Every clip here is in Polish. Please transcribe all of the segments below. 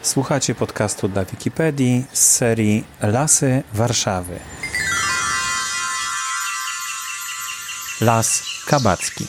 Słuchacie podcastu dla Wikipedii z serii Lasy Warszawy. Las Kabacki.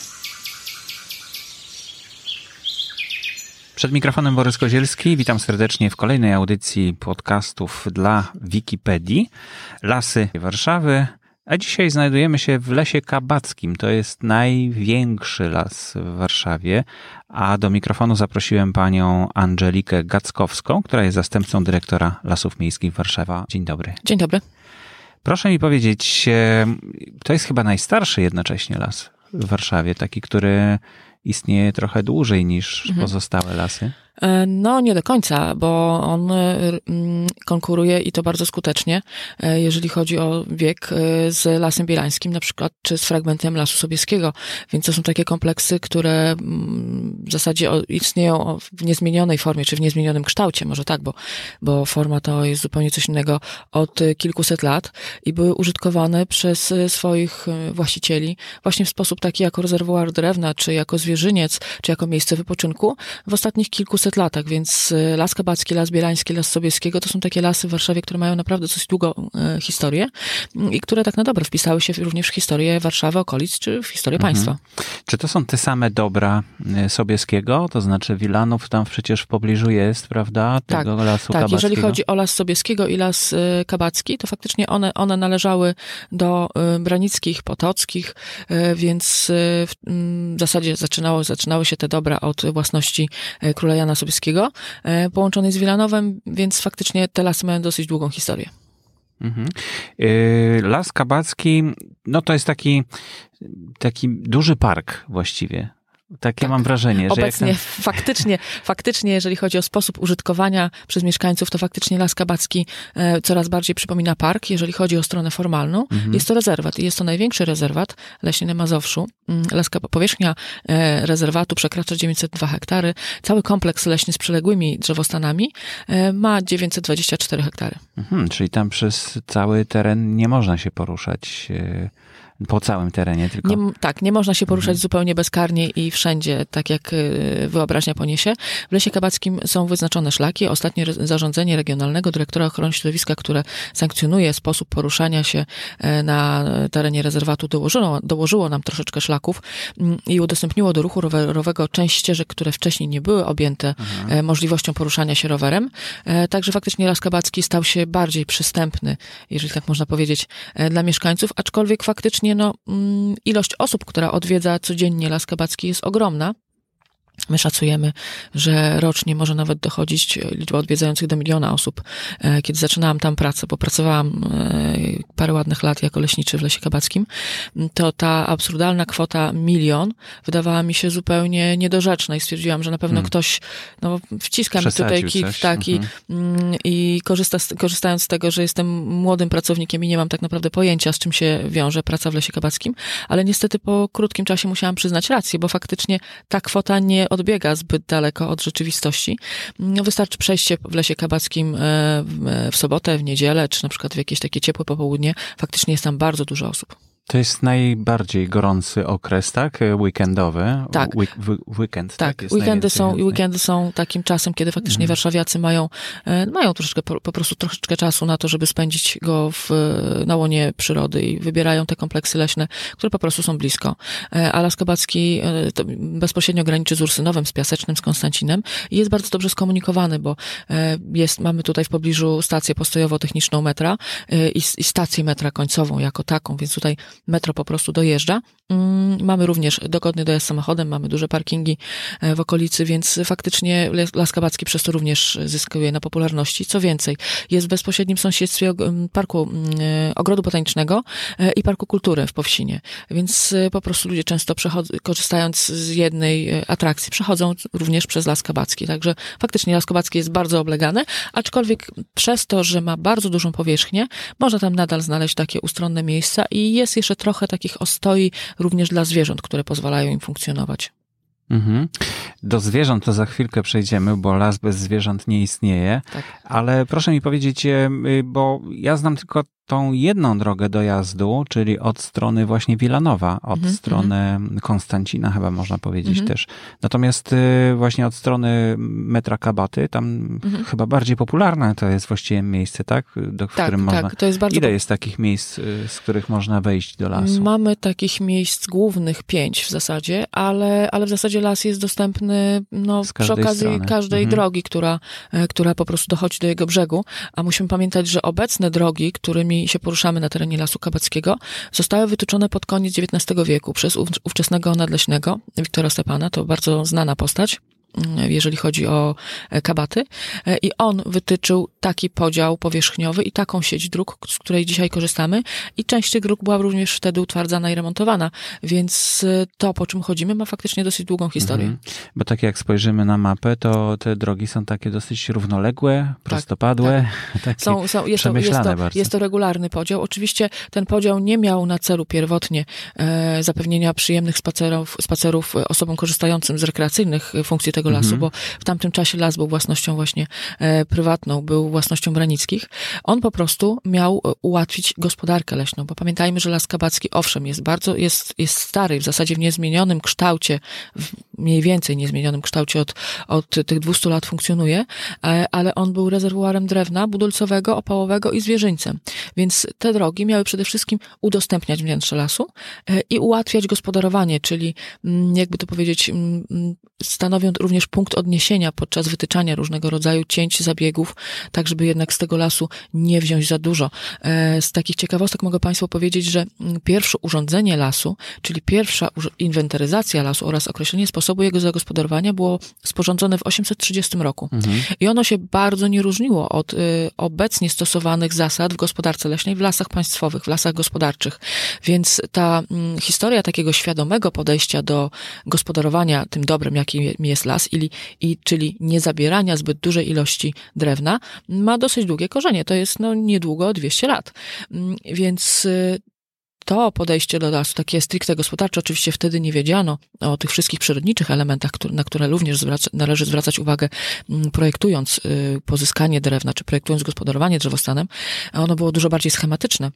Przed mikrofonem Borys Kozielski. Witam serdecznie w kolejnej audycji podcastów dla Wikipedii. Lasy Warszawy. A dzisiaj znajdujemy się w Lesie Kabackim. To jest największy las w Warszawie. A do mikrofonu zaprosiłem panią Angelikę Gackowską, która jest zastępcą dyrektora Lasów Miejskich Warszawa. Dzień dobry. Dzień dobry. Proszę mi powiedzieć, to jest chyba najstarszy jednocześnie las w Warszawie, taki, który istnieje trochę dłużej niż pozostałe lasy. No nie do końca, bo on konkuruje i to bardzo skutecznie, jeżeli chodzi o wiek z Lasem Bielańskim na przykład, czy z fragmentem Lasu Sobieskiego. Więc to są takie kompleksy, które w zasadzie istnieją w niezmienionej formie, czy w niezmienionym kształcie, może tak, bo forma to jest zupełnie coś innego od kilkuset lat i były użytkowane przez swoich właścicieli właśnie w sposób taki jako rezerwuar drewna, czy jako zwierzyniec, czy jako miejsce wypoczynku w ostatnich kilkuset latach, więc Las Kabacki, Las Bielański, Las Sobieskiego to są takie lasy w Warszawie, które mają naprawdę dosyć długą historię i które tak na dobre wpisały się również w historię Warszawy, okolic, czy w historię państwa. Czy to są te same dobra Sobieskiego? To znaczy Wilanów tam przecież w pobliżu jest, prawda? Tego Lasu Kabackiego. Jeżeli chodzi o Las Sobieskiego i Las Kabacki, to faktycznie one należały do Branickich, Potockich, więc w zasadzie zaczynały się te dobra od własności króla Jana Sobieskiego, połączony z Wilanowem, więc faktycznie te lasy mają dosyć długą historię. Las Kabacki, no to jest taki duży park właściwie. Takie mam wrażenie, obecnie, że faktycznie, jeżeli chodzi o sposób użytkowania przez mieszkańców, to faktycznie Las Kabacki coraz bardziej przypomina park. Jeżeli chodzi o stronę formalną, jest to rezerwat i jest to największy rezerwat leśny na Mazowszu. Powierzchnia rezerwatu przekracza 902 hektary. Cały kompleks leśny z przyległymi drzewostanami ma 924 hektary. Czyli tam przez cały teren nie można się poruszać po całym terenie tylko. Nie można się poruszać zupełnie bezkarnie i wszędzie, tak jak wyobraźnia poniesie. W Lesie Kabackim są wyznaczone szlaki. Ostatnie zarządzenie regionalnego dyrektora ochrony środowiska, które sankcjonuje sposób poruszania się na terenie rezerwatu, dołożyło nam troszeczkę szlaków i udostępniło do ruchu rowerowego część ścieżek, które wcześniej nie były objęte możliwością poruszania się rowerem. Także faktycznie Las Kabacki stał się bardziej przystępny, jeżeli tak można powiedzieć, dla mieszkańców, aczkolwiek faktycznie ilość osób, która odwiedza codziennie Las Kabacki jest ogromna. My szacujemy, że rocznie może nawet dochodzić liczba odwiedzających do 1 miliona osób. Kiedy zaczynałam tam pracę, bo pracowałam parę ładnych lat jako leśniczy w Lesie Kabackim, to ta absurdalna kwota 1 milion wydawała mi się zupełnie niedorzeczna i stwierdziłam, że na pewno ktoś wciska mi tutaj kit i korzystając z tego, że jestem młodym pracownikiem i nie mam tak naprawdę pojęcia, z czym się wiąże praca w Lesie Kabackim, ale niestety po krótkim czasie musiałam przyznać rację, bo faktycznie ta kwota nie odbiega zbyt daleko od rzeczywistości. Wystarczy przejście w Lesie Kabackim w sobotę, w niedzielę, czy na przykład w jakieś takie ciepłe popołudnie. Faktycznie jest tam bardzo dużo osób. To jest najbardziej gorący okres, tak? Weekendowy. Tak. Weekend. Tak, weekendy są takim czasem, kiedy faktycznie warszawiacy mają po prostu troszeczkę czasu na to, żeby spędzić go na łonie przyrody i wybierają te kompleksy leśne, które po prostu są blisko. A Las Kabacki bezpośrednio graniczy z Ursynowem, z Piasecznym, z Konstancinem i jest bardzo dobrze skomunikowany, bo mamy tutaj w pobliżu stację postojowo-techniczną metra i stację metra końcową jako taką, więc tutaj metro po prostu dojeżdża. Mamy również dogodny dojazd samochodem, mamy duże parkingi w okolicy, więc faktycznie Las Kabacki przez to również zyskuje na popularności. Co więcej, jest w bezpośrednim sąsiedztwie parku Ogrodu Botanicznego i Parku Kultury w Powsinie, więc po prostu ludzie często korzystając z jednej atrakcji, przechodzą również przez Las Kabacki. Także faktycznie Las Kabacki jest bardzo oblegany, aczkolwiek przez to, że ma bardzo dużą powierzchnię, można tam nadal znaleźć takie ustronne miejsca i jest jeszcze trochę takich ostoi również dla zwierząt, które pozwalają im funkcjonować. Do zwierząt to za chwilkę przejdziemy, bo las bez zwierząt nie istnieje. Tak. Ale proszę mi powiedzieć, bo ja znam tylko tą jedną drogę dojazdu, czyli od strony właśnie Wilanowa, od strony Konstancina chyba można powiedzieć też. Natomiast właśnie od strony metra Kabaty, tam chyba bardziej popularne to jest właściwie miejsce, tak? W którym można... Tak, to jest bardzo... Ile jest takich miejsc, z których można wejść do lasu? Mamy takich miejsc głównych 5 w zasadzie, ale w zasadzie las jest dostępny przy okazji strony. każdej drogi, która po prostu dochodzi do jego brzegu, a musimy pamiętać, że obecne drogi, którymi się poruszamy na terenie Lasu Kabackiego, zostały wytyczone pod koniec XIX wieku przez ówczesnego nadleśnego Wiktora Stepana, to bardzo znana postać, jeżeli chodzi o Kabaty. I on wytyczył taki podział powierzchniowy i taką sieć dróg, z której dzisiaj korzystamy. I część tych dróg była również wtedy utwardzana i remontowana. Więc to, po czym chodzimy, ma faktycznie dosyć długą historię. Bo tak jak spojrzymy na mapę, to te drogi są takie dosyć równoległe, prostopadłe, takie przemyślane bardzo. Jest to regularny podział. Oczywiście ten podział nie miał na celu pierwotnie zapewnienia przyjemnych spacerów osobom korzystającym z rekreacyjnych funkcji tego lasu, bo w tamtym czasie las był własnością właśnie prywatną, był własnością Branickich. On po prostu miał ułatwić gospodarkę leśną, bo pamiętajmy, że Las Kabacki owszem jest stary, w zasadzie w niezmienionym kształcie, mniej więcej niezmienionym kształcie od tych 200 lat funkcjonuje, ale on był rezerwuarem drewna budulcowego, opałowego i zwierzyńcem. Więc te drogi miały przede wszystkim udostępniać wnętrze lasu i ułatwiać gospodarowanie, czyli jakby to powiedzieć, stanowią również punkt odniesienia podczas wytyczania różnego rodzaju cięć, zabiegów, tak żeby jednak z tego lasu nie wziąć za dużo. Z takich ciekawostek mogę Państwu powiedzieć, że pierwsze urządzenie lasu, czyli pierwsza inwentaryzacja lasu oraz określenie sposobu jego zagospodarowania było sporządzone w 830 roku. I ono się bardzo nie różniło od obecnie stosowanych zasad w gospodarce leśnej, w lasach państwowych, w lasach gospodarczych. Więc ta historia takiego świadomego podejścia do gospodarowania tym dobrem, jakim jest las, czyli nie zabierania zbyt dużej ilości drewna, ma dosyć długie korzenie. To jest niedługo 200 lat. Więc to podejście do lasu, takie stricte gospodarcze, oczywiście wtedy nie wiedziano o tych wszystkich przyrodniczych elementach, na które również należy zwracać uwagę, projektując pozyskanie drewna, czy projektując gospodarowanie drzewostanem. Ono było dużo bardziej schematyczne.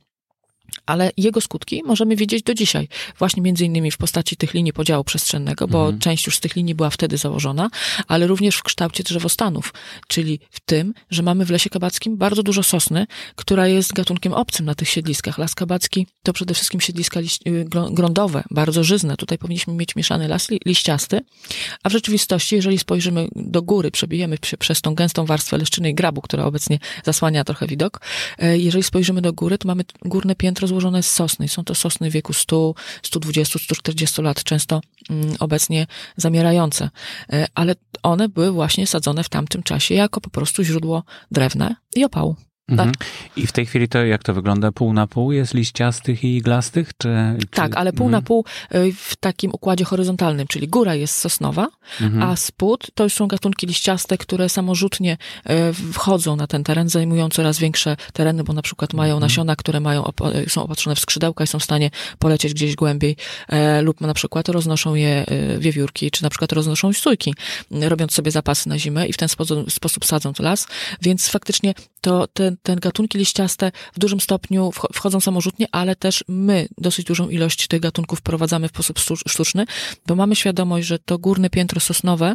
Ale jego skutki możemy widzieć do dzisiaj. Właśnie między innymi w postaci tych linii podziału przestrzennego, bo część już z tych linii była wtedy założona, ale również w kształcie drzewostanów, czyli w tym, że mamy w Lesie Kabackim bardzo dużo sosny, która jest gatunkiem obcym na tych siedliskach. Las Kabacki to przede wszystkim siedliska grądowe, bardzo żyzne. Tutaj powinniśmy mieć mieszany las liściasty, a w rzeczywistości, jeżeli spojrzymy do góry, przebijemy się przez tą gęstą warstwę leszczyny i grabu, która obecnie zasłania trochę widok, jeżeli spojrzymy do góry, to mamy górne piętro złożone z sosny. Są to sosny w wieku 100, 120, 140 lat, często obecnie zamierające. Ale one były właśnie sadzone w tamtym czasie jako po prostu źródło drewna i opału. Tak. I w tej chwili to jak to wygląda? Pół na pół jest liściastych i iglastych? Tak, ale pół na pół w takim układzie horyzontalnym, czyli góra jest sosnowa, a spód to już są gatunki liściaste, które samorzutnie wchodzą na ten teren, zajmują coraz większe tereny, bo na przykład mają nasiona, które są opatrzone w skrzydełka i są w stanie polecieć gdzieś głębiej, lub na przykład roznoszą je wiewiórki, czy na przykład roznoszą stójki, robiąc sobie zapasy na zimę i w ten sposób sadzą to las, więc faktycznie te gatunki liściaste w dużym stopniu wchodzą samorzutnie, ale też my dosyć dużą ilość tych gatunków wprowadzamy w sposób sztuczny, bo mamy świadomość, że to górne piętro sosnowe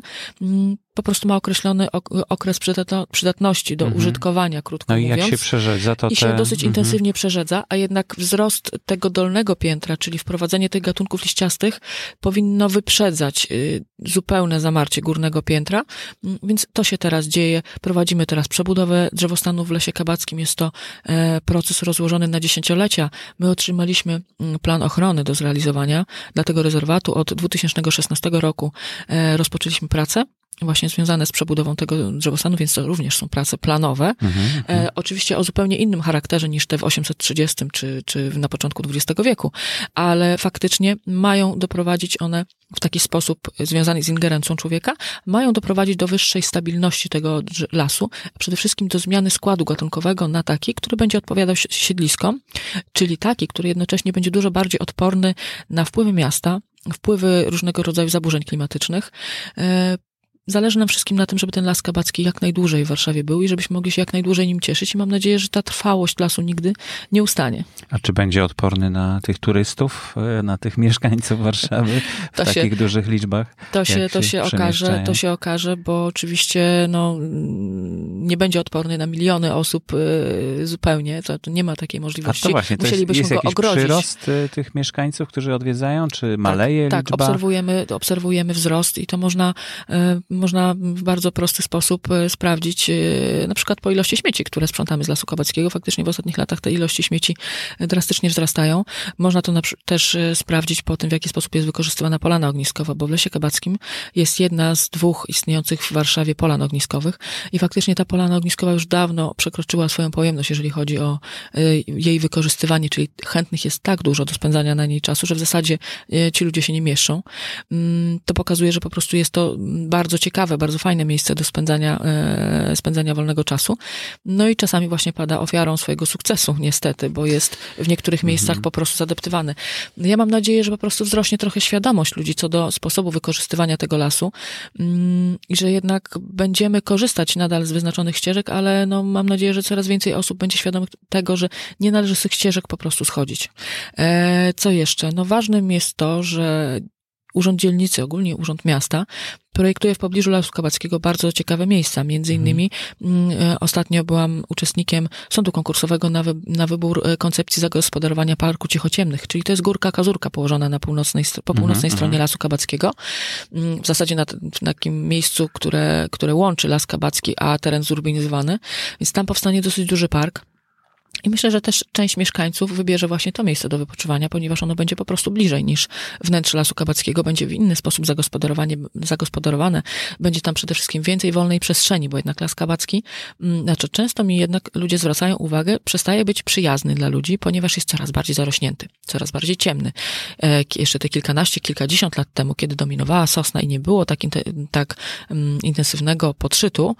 po prostu ma określony okres przydatności do użytkowania, krótko mówiąc. No i jak się przerzedza, to się dosyć intensywnie przerzedza, a jednak wzrost tego dolnego piętra, czyli wprowadzenie tych gatunków liściastych powinno wyprzedzać zupełne zamarcie górnego piętra, więc to się teraz dzieje. Prowadzimy teraz przebudowę drzewostanów w Lesie Kabackim. Jest to proces rozłożony na dziesięciolecia. My otrzymaliśmy plan ochrony do zrealizowania dla tego rezerwatu. Od 2016 roku rozpoczęliśmy pracę właśnie związane z przebudową tego drzewostanu, więc to również są prace planowe. Oczywiście o zupełnie innym charakterze niż te w 830 czy na początku XX wieku, ale faktycznie mają doprowadzić one w taki sposób związany z ingerencją człowieka, mają doprowadzić do wyższej stabilności tego lasu, a przede wszystkim do zmiany składu gatunkowego na taki, który będzie odpowiadał siedliskom, czyli taki, który jednocześnie będzie dużo bardziej odporny na wpływy miasta, wpływy różnego rodzaju zaburzeń klimatycznych, zależy nam wszystkim na tym, żeby ten Las Kabacki jak najdłużej w Warszawie był i żebyśmy mogli się jak najdłużej nim cieszyć i mam nadzieję, że ta trwałość lasu nigdy nie ustanie. A czy będzie odporny na tych turystów, na tych mieszkańców Warszawy w takich dużych liczbach? To się okaże, bo oczywiście nie będzie odporny na miliony osób zupełnie. To nie ma takiej możliwości. A to właśnie, musielibyśmy go ogrodzić. Przyrost tych mieszkańców, którzy odwiedzają, czy maleje liczba? Tak, obserwujemy wzrost i to można w bardzo prosty sposób sprawdzić, na przykład po ilości śmieci, które sprzątamy z Lasu Kabackiego. Faktycznie w ostatnich latach te ilości śmieci drastycznie wzrastają. Można to też sprawdzić po tym, w jaki sposób jest wykorzystywana polana ogniskowa, bo w Lesie Kabackim jest jedna z 2 istniejących w Warszawie polan ogniskowych i faktycznie ta polana ogniskowa już dawno przekroczyła swoją pojemność, jeżeli chodzi o jej wykorzystywanie, czyli chętnych jest tak dużo do spędzania na niej czasu, że w zasadzie ci ludzie się nie mieszczą. To pokazuje, że po prostu jest to bardzo ciekawe, bardzo fajne miejsce do spędzania wolnego czasu. No i czasami właśnie pada ofiarą swojego sukcesu, niestety, bo jest w niektórych miejscach po prostu zadeptywany. Ja mam nadzieję, że po prostu wzrośnie trochę świadomość ludzi co do sposobu wykorzystywania tego lasu i że jednak będziemy korzystać nadal z wyznaczonych ścieżek, ale mam nadzieję, że coraz więcej osób będzie świadomych tego, że nie należy z tych ścieżek po prostu schodzić. Co jeszcze? Ważnym jest to, że Urząd Dzielnicy, ogólnie Urząd Miasta, projektuje w pobliżu Lasu Kabackiego bardzo ciekawe miejsca. Między innymi ostatnio byłam uczestnikiem sądu konkursowego na wybór koncepcji zagospodarowania Parku Cichociemnych, czyli to jest górka Kazurka położona po północnej stronie Lasu Kabackiego. W zasadzie na takim miejscu, które łączy Las Kabacki a teren zurbanizowany. Więc tam powstanie dosyć duży park. I myślę, że też część mieszkańców wybierze właśnie to miejsce do wypoczywania, ponieważ ono będzie po prostu bliżej niż wnętrze Lasu Kabackiego, będzie w inny sposób zagospodarowane. Będzie tam przede wszystkim więcej wolnej przestrzeni, bo jednak Las Kabacki, często mi jednak ludzie zwracają uwagę, przestaje być przyjazny dla ludzi, ponieważ jest coraz bardziej zarośnięty, coraz bardziej ciemny. Jeszcze te kilkadziesiąt lat temu, kiedy dominowała sosna i nie było tak intensywnego podszytu,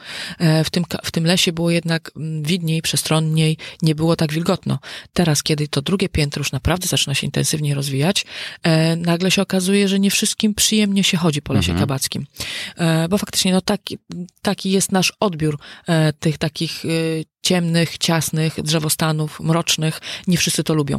w tym lesie było jednak widniej, przestronniej, nie było tak wilgotno. Teraz, kiedy to drugie piętro już naprawdę zaczyna się intensywnie rozwijać, nagle się okazuje, że nie wszystkim przyjemnie się chodzi po Lesie Kabackim. Bo faktycznie taki jest nasz odbiór tych takich ciemnych, ciasnych drzewostanów, mrocznych. Nie wszyscy to lubią.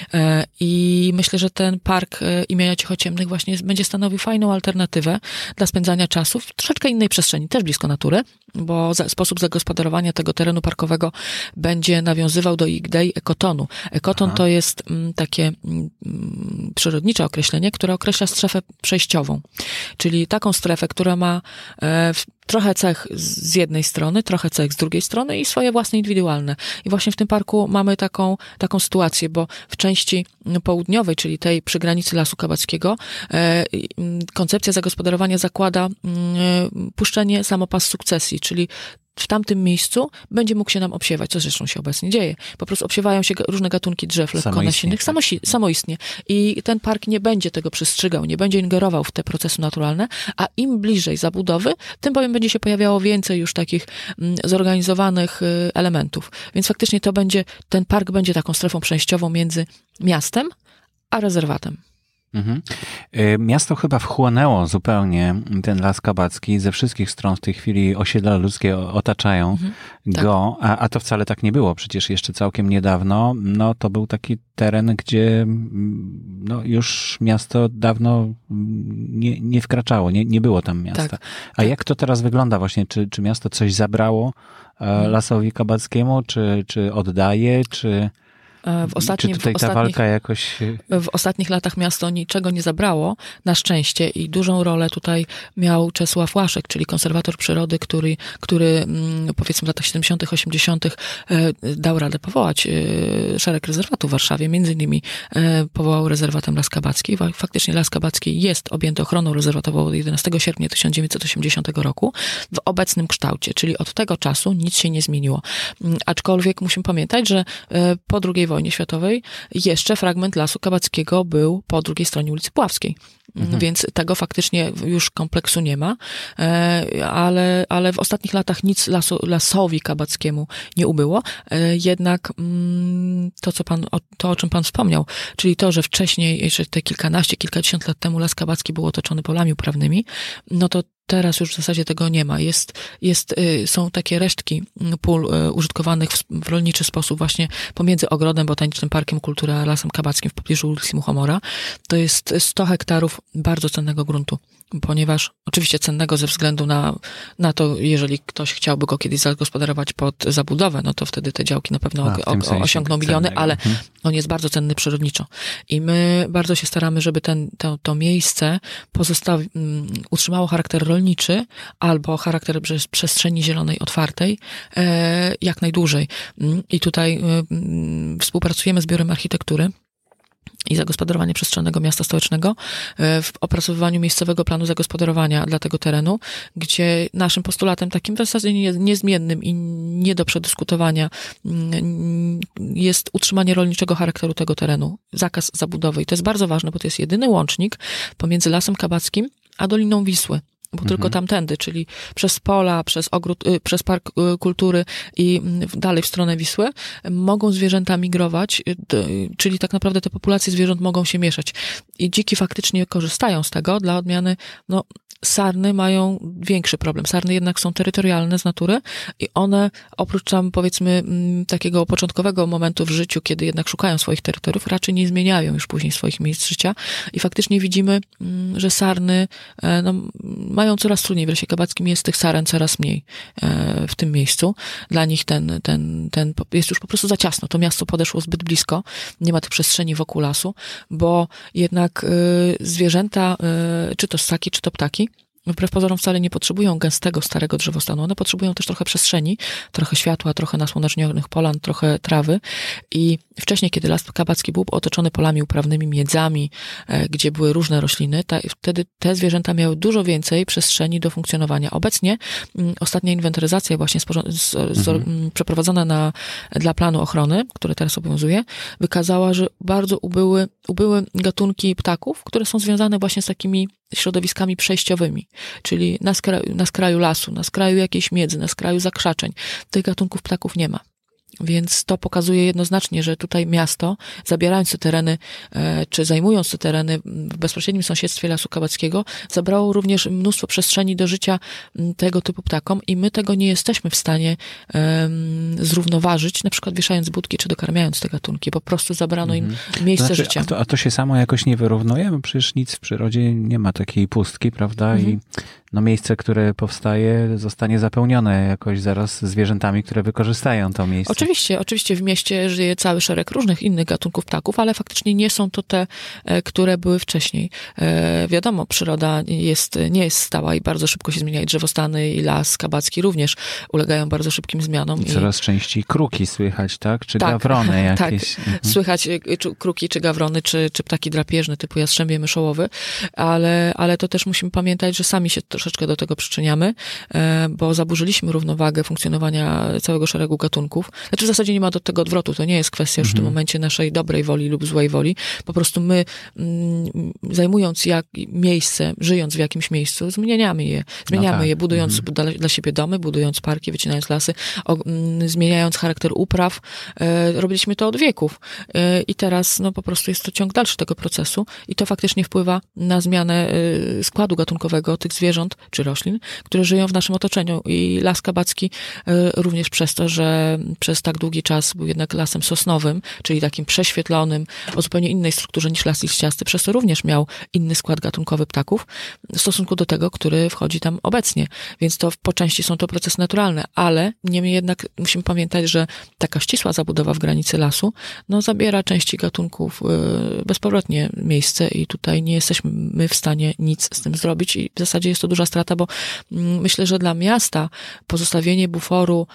I myślę, że ten park imienia Cichociemnych właśnie będzie stanowił fajną alternatywę dla spędzania czasu w troszeczkę innej przestrzeni, też blisko natury, bo sposób zagospodarowania tego terenu parkowego będzie nawiązywał do idei ekotonu. Ekoton to jest takie przyrodnicze określenie, które określa strefę przejściową, czyli taką strefę, która ma trochę cech z jednej strony, trochę cech z drugiej strony i swoje własne indywidualne. I właśnie w tym parku mamy taką sytuację, bo w części południowej, czyli tej przy granicy Lasu Kabackiego, koncepcja zagospodarowania zakłada puszczenie samopas sukcesji, czyli w tamtym miejscu będzie mógł się nam obsiewać, co zresztą się obecnie dzieje. Po prostu obsiewają się różne gatunki drzew lekkonasionnych samoistnie. I ten park nie będzie tego przestrzegał, nie będzie ingerował w te procesy naturalne, a im bliżej zabudowy, tym bowiem będzie się pojawiało więcej już takich zorganizowanych elementów. Więc faktycznie ten park będzie taką strefą przejściową między miastem a rezerwatem. Miasto chyba wchłonęło zupełnie ten Las Kabacki. Ze wszystkich stron w tej chwili osiedla ludzkie otaczają go, a to wcale tak nie było. Przecież jeszcze całkiem niedawno to był taki teren, gdzie już miasto dawno nie wkraczało, nie było tam miasta. A jak to teraz wygląda właśnie? Czy miasto coś zabrało Lasowi Kabackiemu, czy oddaje, czy ta walka jakoś... W ostatnich latach miasto niczego nie zabrało, na szczęście, i dużą rolę tutaj miał Czesław Łaszek, czyli konserwator przyrody, który powiedzmy w latach 70., 80. dał radę powołać szereg rezerwatów w Warszawie, między innymi powołał rezerwatem Las Kabacki. Faktycznie Las Kabacki jest objęty ochroną rezerwatową od 11 sierpnia 1980 roku w obecnym kształcie, czyli od tego czasu nic się nie zmieniło. Aczkolwiek musimy pamiętać, że po II wojnie światowej jeszcze fragment Lasu Kabackiego był po drugiej stronie ulicy Puławskiej. Więc tego faktycznie już kompleksu nie ma, ale w ostatnich latach nic Lasowi Kabackiemu nie ubyło. Jednak to, o czym pan wspomniał, czyli to, że wcześniej, jeszcze te kilkanaście, kilkadziesiąt lat temu Las Kabacki był otoczony polami uprawnymi, to Teraz już w zasadzie tego nie ma. Są takie resztki pól użytkowanych w rolniczy sposób właśnie pomiędzy Ogrodem Botanicznym, Parkiem Kultury a Lasem Kabackim w pobliżu ulicy Muchomora. To jest 100 hektarów bardzo cennego gruntu, ponieważ oczywiście cennego ze względu na to, jeżeli ktoś chciałby go kiedyś zagospodarować pod zabudowę, no to wtedy te działki na pewno osiągną miliony, cennego. Ale on jest bardzo cenny przyrodniczo. I my bardzo się staramy, żeby to miejsce utrzymało charakter rolniczy albo charakter przestrzeni zielonej otwartej jak najdłużej. I tutaj współpracujemy z Biurem Architektury i Zagospodarowania Przestrzennego Miasta Stołecznego w opracowywaniu miejscowego planu zagospodarowania dla tego terenu, gdzie naszym postulatem takim w zasadzie niezmiennym i nie do przedyskutowania jest utrzymanie rolniczego charakteru tego terenu, zakaz zabudowy. I to jest bardzo ważne, bo to jest jedyny łącznik pomiędzy Lasem Kabackim a Doliną Wisły. Bo tylko tamtędy, czyli przez pola, przez ogród, przez Park Kultury i dalej w stronę Wisły, mogą zwierzęta migrować, czyli tak naprawdę te populacje zwierząt mogą się mieszać. I dziki faktycznie korzystają z tego, dla odmiany, sarny mają większy problem. Sarny jednak są terytorialne z natury i one oprócz tam powiedzmy takiego początkowego momentu w życiu, kiedy jednak szukają swoich terytoriów, raczej nie zmieniają już później swoich miejsc życia i faktycznie widzimy, że sarny mają coraz trudniej. W Lesie Kabackim jest tych saren coraz mniej w tym miejscu. Dla nich ten jest już po prostu za ciasno. To miasto podeszło zbyt blisko. Nie ma tych przestrzeni wokół lasu, bo jednak zwierzęta, czy to ssaki, czy to ptaki, wbrew pozorom wcale nie potrzebują gęstego, starego drzewostanu. One potrzebują też trochę przestrzeni, trochę światła, trochę nasłonecznionych polan, trochę trawy. I wcześniej, kiedy Las Kabacki był otoczony polami uprawnymi, miedzami, gdzie były różne rośliny, wtedy te zwierzęta miały dużo więcej przestrzeni do funkcjonowania. Obecnie ostatnia inwentaryzacja właśnie przeprowadzona dla planu ochrony, który teraz obowiązuje, wykazała, że bardzo ubyły gatunki ptaków, które są związane właśnie z takimi środowiskami przejściowymi, czyli na skraju lasu, na skraju jakiejś miedzy, na skraju zakrzaczeń. Tych gatunków ptaków nie ma. Więc to pokazuje jednoznacznie, że tutaj miasto, zabierając te tereny, czy zajmując te tereny w bezpośrednim sąsiedztwie Lasu Kabackiego, zabrało również mnóstwo przestrzeni do życia tego typu ptakom i my tego nie jesteśmy w stanie zrównoważyć, na przykład wieszając budki, czy dokarmiając te gatunki. Po prostu zabrano im miejsce życia. A to się samo jakoś nie wyrównuje? Bo przecież nic w przyrodzie nie ma takiej pustki, prawda? I miejsce, które powstaje, zostanie zapełnione jakoś zaraz zwierzętami, które wykorzystają to miejsce. Oczywiście w mieście żyje cały szereg różnych innych gatunków ptaków, ale faktycznie nie są to te, które były wcześniej. Wiadomo, przyroda nie jest stała i bardzo szybko się zmienia i drzewostany i Las Kabacki również ulegają bardzo szybkim zmianom. I coraz częściej kruki słychać, tak? Czy gawrony jakieś. Tak, słychać kruki, czy gawrony, czy ptaki drapieżne typu jastrzębie myszołowy, ale to też musimy pamiętać, że sami się troszeczkę do tego przyczyniamy, bo zaburzyliśmy równowagę funkcjonowania całego szeregu gatunków. Znaczy w zasadzie nie ma do tego odwrotu, to nie jest kwestia już w tym momencie naszej dobrej woli lub złej woli. Po prostu my zajmując miejsce, żyjąc w jakimś miejscu, zmieniamy je, budując dla siebie domy, budując parki, wycinając lasy, zmieniając charakter upraw. Robiliśmy to od wieków. I teraz po prostu jest to ciąg dalszy tego procesu i to faktycznie wpływa na zmianę składu gatunkowego tych zwierząt czy roślin, które żyją w naszym otoczeniu. I Las Kabacki również przez to, że przez tak długi czas był jednak lasem sosnowym, czyli takim prześwietlonym, o zupełnie innej strukturze niż las liściasty, przez to również miał inny skład gatunkowy ptaków w stosunku do tego, który wchodzi tam obecnie. Więc to po części są to procesy naturalne, ale niemniej jednak musimy pamiętać, że taka ścisła zabudowa w granicy lasu, zabiera części gatunków bezpowrotnie miejsce i tutaj nie jesteśmy my w stanie nic z tym zrobić i w zasadzie jest to duża strata, bo myślę, że dla miasta pozostawienie buforu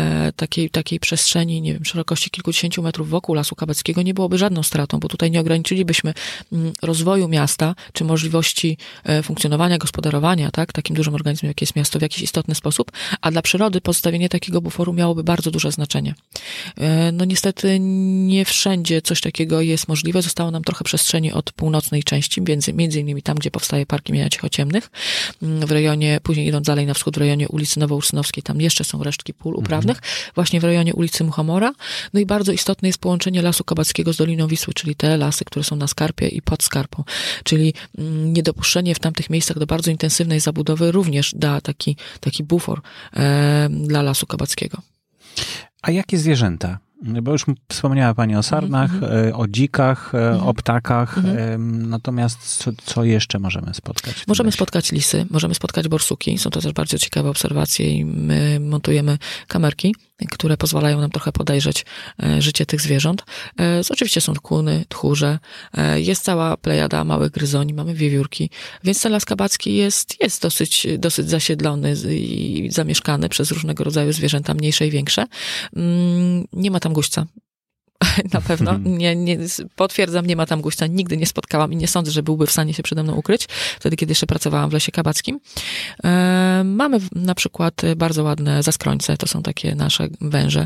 takiej przestrzeni, nie wiem, szerokości kilkudziesięciu metrów wokół Lasu Kabackiego nie byłoby żadną stratą, bo tutaj nie ograniczylibyśmy rozwoju miasta, czy możliwości funkcjonowania, gospodarowania, takim dużym organizmem, jak jest miasto, w jakiś istotny sposób, a dla przyrody pozostawienie takiego buforu miałoby bardzo duże znaczenie. Niestety nie wszędzie coś takiego jest możliwe. Zostało nam trochę przestrzeni od północnej części, między innymi tam, gdzie powstaje Park imienia Cichociemnych, w rejonie, później idąc dalej na wschód, w rejonie ulicy Nowourszynowskiej, tam jeszcze są resztki pól uprawnych. Właśnie w rejonie ulicy okolicy Muchomora. No i bardzo istotne jest połączenie Lasu Kabackiego z Doliną Wisły, czyli te lasy, które są na skarpie i pod skarpą. Czyli niedopuszczenie w tamtych miejscach do bardzo intensywnej zabudowy również da taki bufor dla Lasu Kabackiego. A jakie zwierzęta? Bo już wspomniała Pani o sarnach, o dzikach, o ptakach, natomiast co jeszcze możemy spotkać? Możemy spotkać lisy, możemy spotkać borsuki. Są to też bardzo ciekawe obserwacje i my montujemy kamerki, które pozwalają nam trochę podejrzeć życie tych zwierząt. Oczywiście są kuny, tchórze, jest cała plejada małych gryzoni, mamy wiewiórki, więc ten Las Kabacki jest dosyć zasiedlony i zamieszkany przez różnego rodzaju zwierzęta, mniejsze i większe. Nie ma tam guźca. Na pewno. Nie, potwierdzam, nie ma tam guźca. Nigdy nie spotkałam i nie sądzę, że byłby w stanie się przede mną ukryć. Wtedy, kiedy jeszcze pracowałam w Lesie Kabackim. Mamy na przykład bardzo ładne zaskrońce. To są takie nasze węże,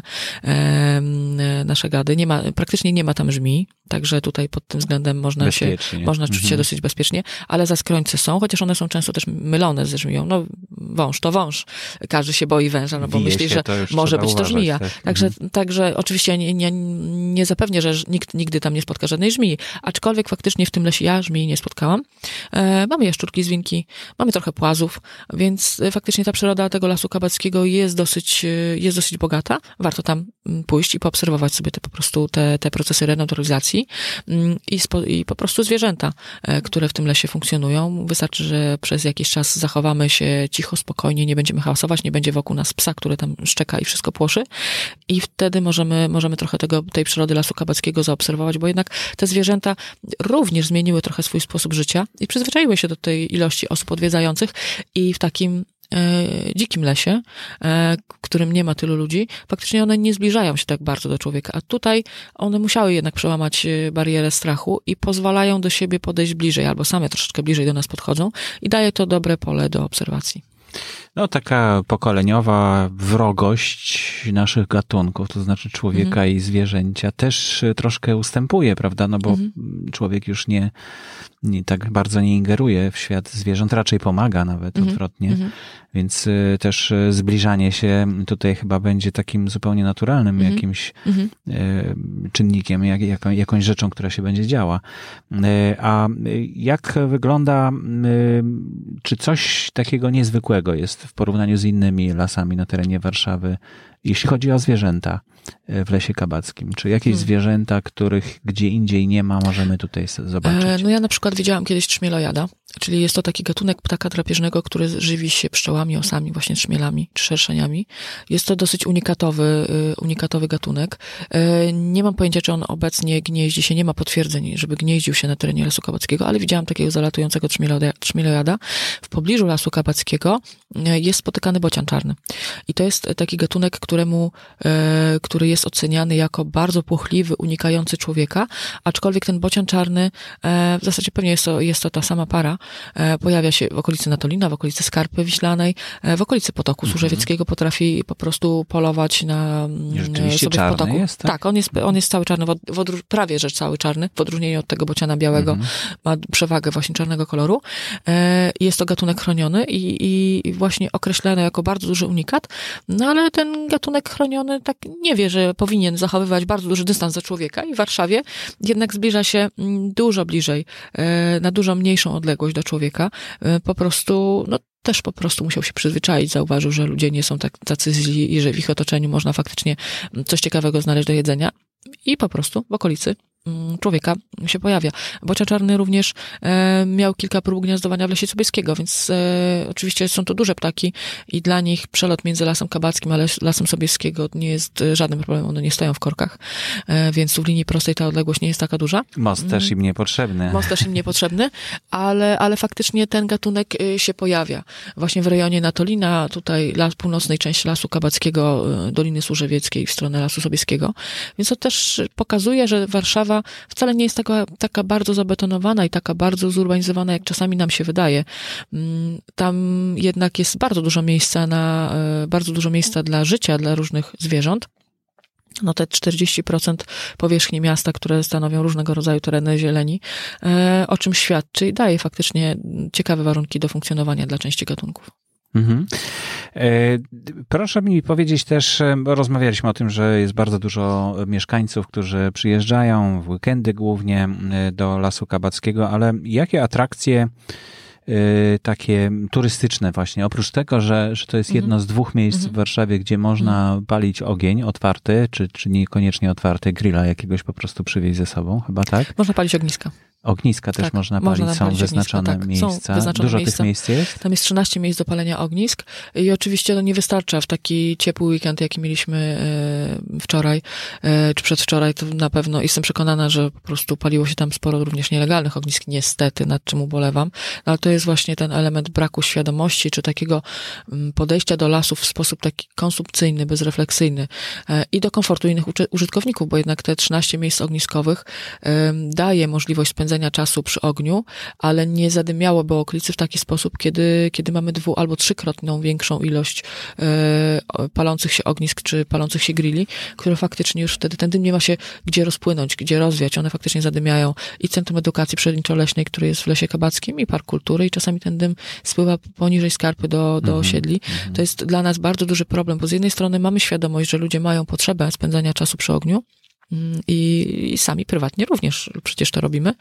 nasze gady. Praktycznie nie ma tam żmii. Także tutaj pod tym względem można czuć się dosyć bezpiecznie. Ale zaskrońce są, chociaż one są często też mylone ze żmiją. No, wąż to wąż. Każdy się boi węża, no bo myśli, że może być to żmija. Także oczywiście nie zapewnię, że nikt nigdy tam nie spotka żadnej żmii, aczkolwiek faktycznie w tym lesie ja żmii nie spotkałam. Mamy jaszczurki, zwinki, mamy trochę płazów, więc faktycznie ta przyroda tego Lasu Kabackiego jest dosyć bogata. Warto tam pójść i poobserwować sobie te procesy renaturalizacji i po prostu zwierzęta, które w tym lesie funkcjonują. Wystarczy, że przez jakiś czas zachowamy się cicho, spokojnie, nie będziemy hałasować, nie będzie wokół nas psa, który tam szczeka i wszystko płoszy i wtedy możemy trochę tej przyrody Lasu Kabackiego zaobserwować, bo jednak te zwierzęta również zmieniły trochę swój sposób życia i przyzwyczaiły się do tej ilości osób odwiedzających i w takim dzikim lesie, w którym nie ma tylu ludzi, faktycznie one nie zbliżają się tak bardzo do człowieka, a tutaj one musiały jednak przełamać barierę strachu i pozwalają do siebie podejść bliżej, albo same troszeczkę bliżej do nas podchodzą i daje to dobre pole do obserwacji. No, taka pokoleniowa wrogość naszych gatunków, to znaczy człowieka i zwierzęcia, też troszkę ustępuje, prawda? No bo człowiek już nie tak bardzo nie ingeruje w świat zwierząt, raczej pomaga nawet odwrotnie. Więc też zbliżanie się tutaj chyba będzie takim zupełnie naturalnym jakimś czynnikiem, jakąś rzeczą, która się będzie działa. A jak wygląda, czy coś takiego niezwykłego jest w porównaniu z innymi lasami na terenie Warszawy, jeśli chodzi o zwierzęta w Lesie Kabackim? Czy jakieś zwierzęta, których gdzie indziej nie ma, możemy tutaj zobaczyć? No ja na przykład widziałam kiedyś trzmielojada, czyli jest to taki gatunek ptaka drapieżnego, który żywi się pszczołami, osami, właśnie trzmielami czy szerszeniami. Jest to dosyć unikatowy gatunek. Nie mam pojęcia, czy on obecnie gnieździ się, nie ma potwierdzeń, żeby gnieździł się na terenie Lasu Kabackiego, ale widziałam takiego zalatującego trzmielojada. W pobliżu Lasu Kabackiego jest spotykany bocian czarny. I to jest taki gatunek, który jest oceniany jako bardzo płochliwy, unikający człowieka, aczkolwiek ten bocian czarny, w zasadzie pewnie jest to ta sama para, pojawia się w okolicy Natolina, w okolicy Skarpy Wiślanej, w okolicy Potoku Służewieckiego, potrafi po prostu polować sobie w potoku. Jest, tak? Tak, on jest cały czarny, prawie że cały czarny, w odróżnieniu od tego bociana białego, ma przewagę właśnie czarnego koloru. Jest to gatunek chroniony i właśnie określany jako bardzo duży unikat, no ale ten gatunek chroniony tak nie wie, że powinien zachowywać bardzo duży dystans do człowieka i w Warszawie jednak zbliża się dużo bliżej, na dużo mniejszą odległość do człowieka. Też po prostu musiał się przyzwyczaić, zauważył, że ludzie nie są tacy źli i że w ich otoczeniu można faktycznie coś ciekawego znaleźć do jedzenia i po prostu w okolicy człowieka się pojawia. Bocian czarny również miał kilka prób gniazdowania w Lesie Sobieskiego, więc oczywiście są to duże ptaki i dla nich przelot między Lasem Kabackim a Lasem Sobieskiego nie jest żadnym problemem, one nie stoją w korkach, więc w linii prostej ta odległość nie jest taka duża. Most też im niepotrzebny. Ale faktycznie ten gatunek się pojawia. Właśnie w rejonie Natolina, tutaj północnej części Lasu Kabackiego, Doliny Służewieckiej w stronę Lasu Sobieskiego, więc to też pokazuje, że Warszawa wcale nie jest taka bardzo zabetonowana i taka bardzo zurbanizowana, jak czasami nam się wydaje. Tam jednak jest bardzo dużo miejsca dla życia, dla różnych zwierząt. No te 40% powierzchni miasta, które stanowią różnego rodzaju tereny zieleni, o czym świadczy i daje faktycznie ciekawe warunki do funkcjonowania dla części gatunków. Proszę mi powiedzieć też, bo rozmawialiśmy o tym, że jest bardzo dużo mieszkańców, którzy przyjeżdżają w weekendy głównie do Lasu Kabackiego, ale jakie atrakcje takie turystyczne właśnie, oprócz tego, że to jest jedno z 2 miejsc w Warszawie, gdzie można palić ogień otwarty, czy niekoniecznie otwarty, grilla jakiegoś po prostu przywieźć ze sobą, chyba tak? Można palić ogniska. Ogniska też tak, można palić, są wyznaczone ogniska, miejsca. Są wyznaczone Dużo miejsca. tych miejsc jest? Tam jest 13 miejsc do palenia ognisk i oczywiście to nie wystarcza w taki ciepły weekend, jaki mieliśmy wczoraj, czy przedwczoraj, to na pewno jestem przekonana, że po prostu paliło się tam sporo również nielegalnych ognisk, niestety, nad czym ubolewam, no, ale to jest właśnie ten element braku świadomości, czy takiego podejścia do lasów w sposób taki konsumpcyjny, bezrefleksyjny i do komfortu innych użytkowników, bo jednak te 13 miejsc ogniskowych daje możliwość spędzenia czasu przy ogniu, ale nie zadymiałoby okolicy w taki sposób, kiedy mamy 2- albo 3-krotną większą ilość palących się ognisk, czy palących się grilli, które faktycznie już wtedy ten dym nie ma się gdzie rozpłynąć, gdzie rozwiać. One faktycznie zadymiają i Centrum Edukacji Przyrodniczo-Leśnej, które jest w Lesie Kabackim, i Park Kultury, i czasami ten dym spływa poniżej skarpy do osiedli. To jest dla nas bardzo duży problem, bo z jednej strony mamy świadomość, że ludzie mają potrzebę spędzania czasu przy ogniu, i sami prywatnie również przecież to robimy,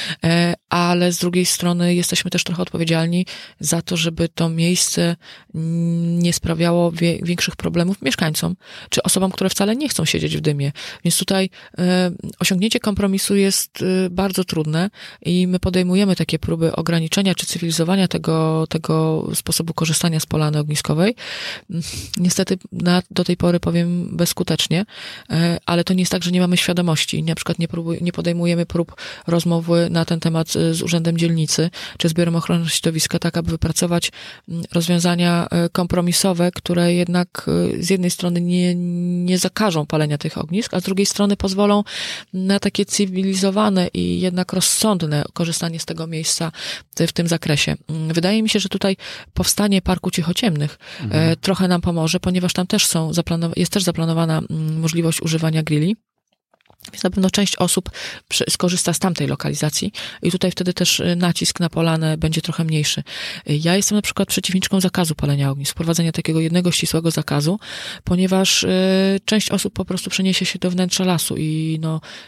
ale z drugiej strony jesteśmy też trochę odpowiedzialni za to, żeby to miejsce nie sprawiało większych problemów mieszkańcom, czy osobom, które wcale nie chcą siedzieć w dymie. Więc tutaj osiągnięcie kompromisu jest bardzo trudne i my podejmujemy takie próby ograniczenia czy cywilizowania tego sposobu korzystania z polany ogniskowej. Niestety do tej pory powiem bezskutecznie, ale to nie jest tak, że nie mamy świadomości. Na przykład nie podejmujemy prób rozmowy na ten temat z Urzędem Dzielnicy, czy z Biurem Ochrony Środowiska, tak aby wypracować rozwiązania kompromisowe, które jednak z jednej strony nie zakażą palenia tych ognisk, a z drugiej strony pozwolą na takie cywilizowane i jednak rozsądne korzystanie z tego miejsca w tym zakresie. Wydaje mi się, że tutaj powstanie Parku Cichociemnych trochę nam pomoże, ponieważ tam też jest też zaplanowana możliwość używania grilli. Więc na pewno część osób skorzysta z tamtej lokalizacji i tutaj wtedy też nacisk na polanę będzie trochę mniejszy. Ja jestem na przykład przeciwniczką zakazu palenia ognisk, wprowadzenia takiego jednego ścisłego zakazu, ponieważ część osób po prostu przeniesie się do wnętrza lasu i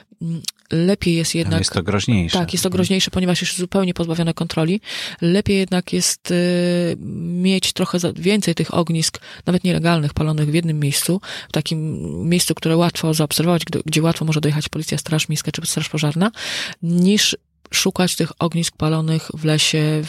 lepiej jest jednak... Tam jest to groźniejsze. Tak, jest to groźniejsze, ponieważ jest zupełnie pozbawione kontroli. Lepiej jednak jest mieć trochę więcej tych ognisk, nawet nielegalnych, palonych w jednym miejscu, w takim miejscu, które łatwo zaobserwować, gdzie łatwo może dojechać policja, straż miejska czy straż pożarna, niż szukać tych ognisk palonych w lesie,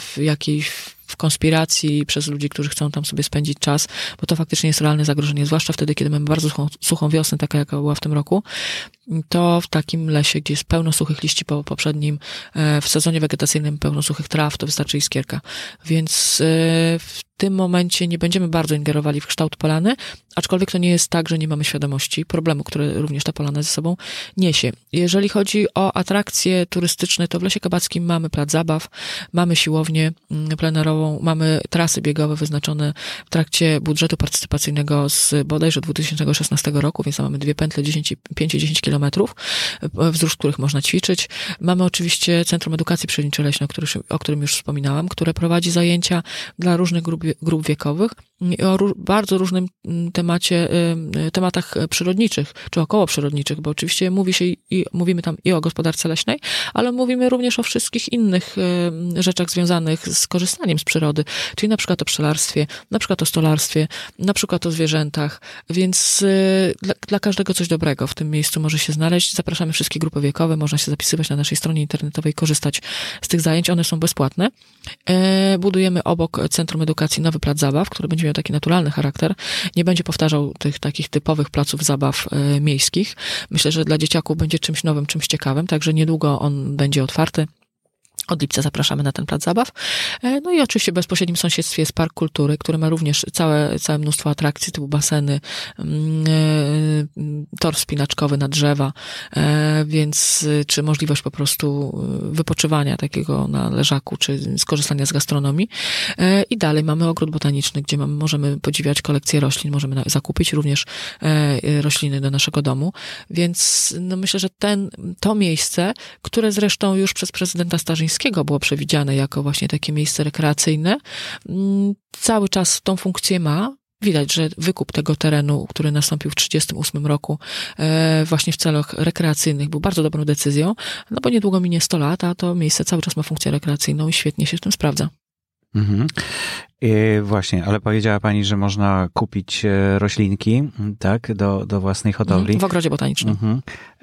w konspiracji przez ludzi, którzy chcą tam sobie spędzić czas, bo to faktycznie jest realne zagrożenie, zwłaszcza wtedy, kiedy mamy bardzo suchą wiosnę, taka jaka była w tym roku, to w takim lesie, gdzie jest pełno suchych liści po poprzednim, w sezonie wegetacyjnym pełno suchych traw, to wystarczy iskierka. Więc w tym momencie nie będziemy bardzo ingerowali w kształt polany, aczkolwiek to nie jest tak, że nie mamy świadomości problemu, który również ta polana ze sobą niesie. Jeżeli chodzi o atrakcje turystyczne, to w Lesie Kabackim mamy plac zabaw, mamy siłownię plenerową, mamy trasy biegowe wyznaczone w trakcie budżetu partycypacyjnego z bodajże 2016 roku, więc tam mamy 2 pętle 5 i 10 kilometrów, wzdłuż których można ćwiczyć. Mamy oczywiście Centrum Edukacji Przyrodniczo-Leśnej, o którym już wspominałam, które prowadzi zajęcia dla różnych grup wiekowych i o bardzo różnym tematach przyrodniczych, czy okołoprzyrodniczych, bo oczywiście mówimy tam i o gospodarce leśnej, ale mówimy również o wszystkich innych rzeczach związanych z korzystaniem z przyrody, czyli na przykład o pszczelarstwie, na przykład o stolarstwie, na przykład o zwierzętach, więc dla każdego coś dobrego w tym miejscu może się znaleźć. Zapraszamy wszystkie grupy wiekowe, można się zapisywać na naszej stronie internetowej, korzystać z tych zajęć, one są bezpłatne. Budujemy obok Centrum Edukacji nowy plac zabaw, który będzie miał taki naturalny charakter, nie będzie powtarzał tych takich typowych placów zabaw miejskich. Myślę, że dla dzieciaków będzie czymś nowym, czymś ciekawym, także niedługo on będzie otwarty. Od lipca zapraszamy na ten plac zabaw. No i oczywiście w bezpośrednim sąsiedztwie jest Park Kultury, który ma również całe mnóstwo atrakcji, typu baseny, tor wspinaczkowy na drzewa, więc czy możliwość po prostu wypoczywania takiego na leżaku, czy skorzystania z gastronomii. I dalej mamy ogród botaniczny, gdzie możemy podziwiać kolekcję roślin, możemy zakupić również rośliny do naszego domu, więc no myślę, że to miejsce, które zresztą już przez prezydenta Starzyńskiego było przewidziane jako właśnie takie miejsce rekreacyjne, cały czas tą funkcję ma. Widać, że wykup tego terenu, który nastąpił w 1938 roku właśnie w celach rekreacyjnych był bardzo dobrą decyzją, no bo niedługo minie 100 lat, a to miejsce cały czas ma funkcję rekreacyjną i świetnie się w tym sprawdza. Mhm. Właśnie, ale powiedziała pani, że można kupić roślinki, tak, do własnej hodowli. W ogrodzie botanicznym. Mhm.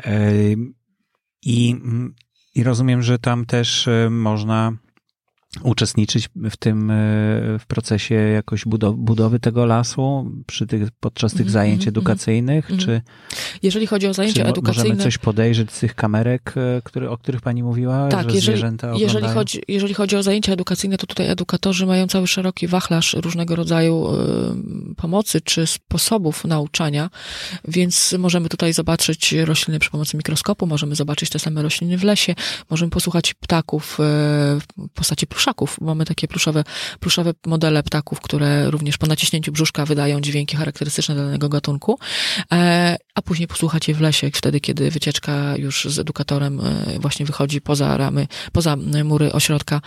I rozumiem, że tam też można uczestniczyć w procesie jakoś budowy tego lasu podczas tych zajęć edukacyjnych, czy jeżeli chodzi o zajęcia edukacyjne, możemy coś podejrzeć z tych kamerek, o których pani mówiła, tak, że zwierzęta oglądają? Jeżeli chodzi o zajęcia edukacyjne, to tutaj edukatorzy mają cały szeroki wachlarz różnego rodzaju pomocy czy sposobów nauczania, więc możemy tutaj zobaczyć rośliny przy pomocy mikroskopu, możemy zobaczyć te same rośliny w lesie, możemy posłuchać ptaków w postaci pluszaków. Mamy takie pluszowe modele ptaków, które również po naciśnięciu brzuszka wydają dźwięki charakterystyczne dla danego gatunku, a później posłuchać je w lesie, wtedy, kiedy wycieczka już z edukatorem właśnie wychodzi poza ramy, poza mury ośrodka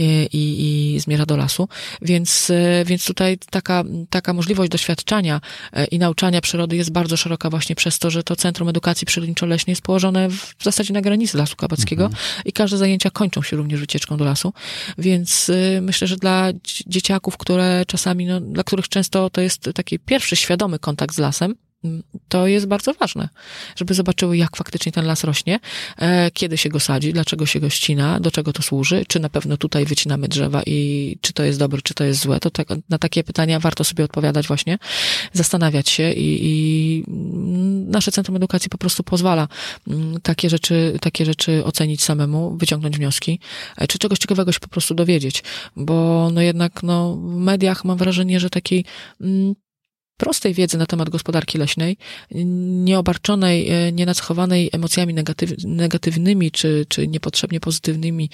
i zmierza do lasu. Więc tutaj taka możliwość doświadczania i nauczania przyrody jest bardzo szeroka właśnie przez to, że to Centrum Edukacji Przyrodniczo-Leśnej jest położone w zasadzie na granicy Lasu Kabackiego i każde zajęcia kończą się również wycieczką do lasu. Więc myślę, że dla dzieciaków, które czasami, dla których często to jest taki pierwszy świadomy kontakt z lasem, to jest bardzo ważne, żeby zobaczyły, jak faktycznie ten las rośnie, kiedy się go sadzi, dlaczego się go ścina, do czego to służy, czy na pewno tutaj wycinamy drzewa i czy to jest dobre, czy to jest złe. To na takie pytania warto sobie odpowiadać właśnie, zastanawiać się i nasze Centrum Edukacji po prostu pozwala takie rzeczy ocenić samemu, wyciągnąć wnioski, czy czegoś ciekawego się po prostu dowiedzieć, bo jednak w mediach mam wrażenie, że takiej prostej wiedzy na temat gospodarki leśnej, nieobarczonej, nienacechowanej emocjami negatywnymi czy niepotrzebnie pozytywnymi,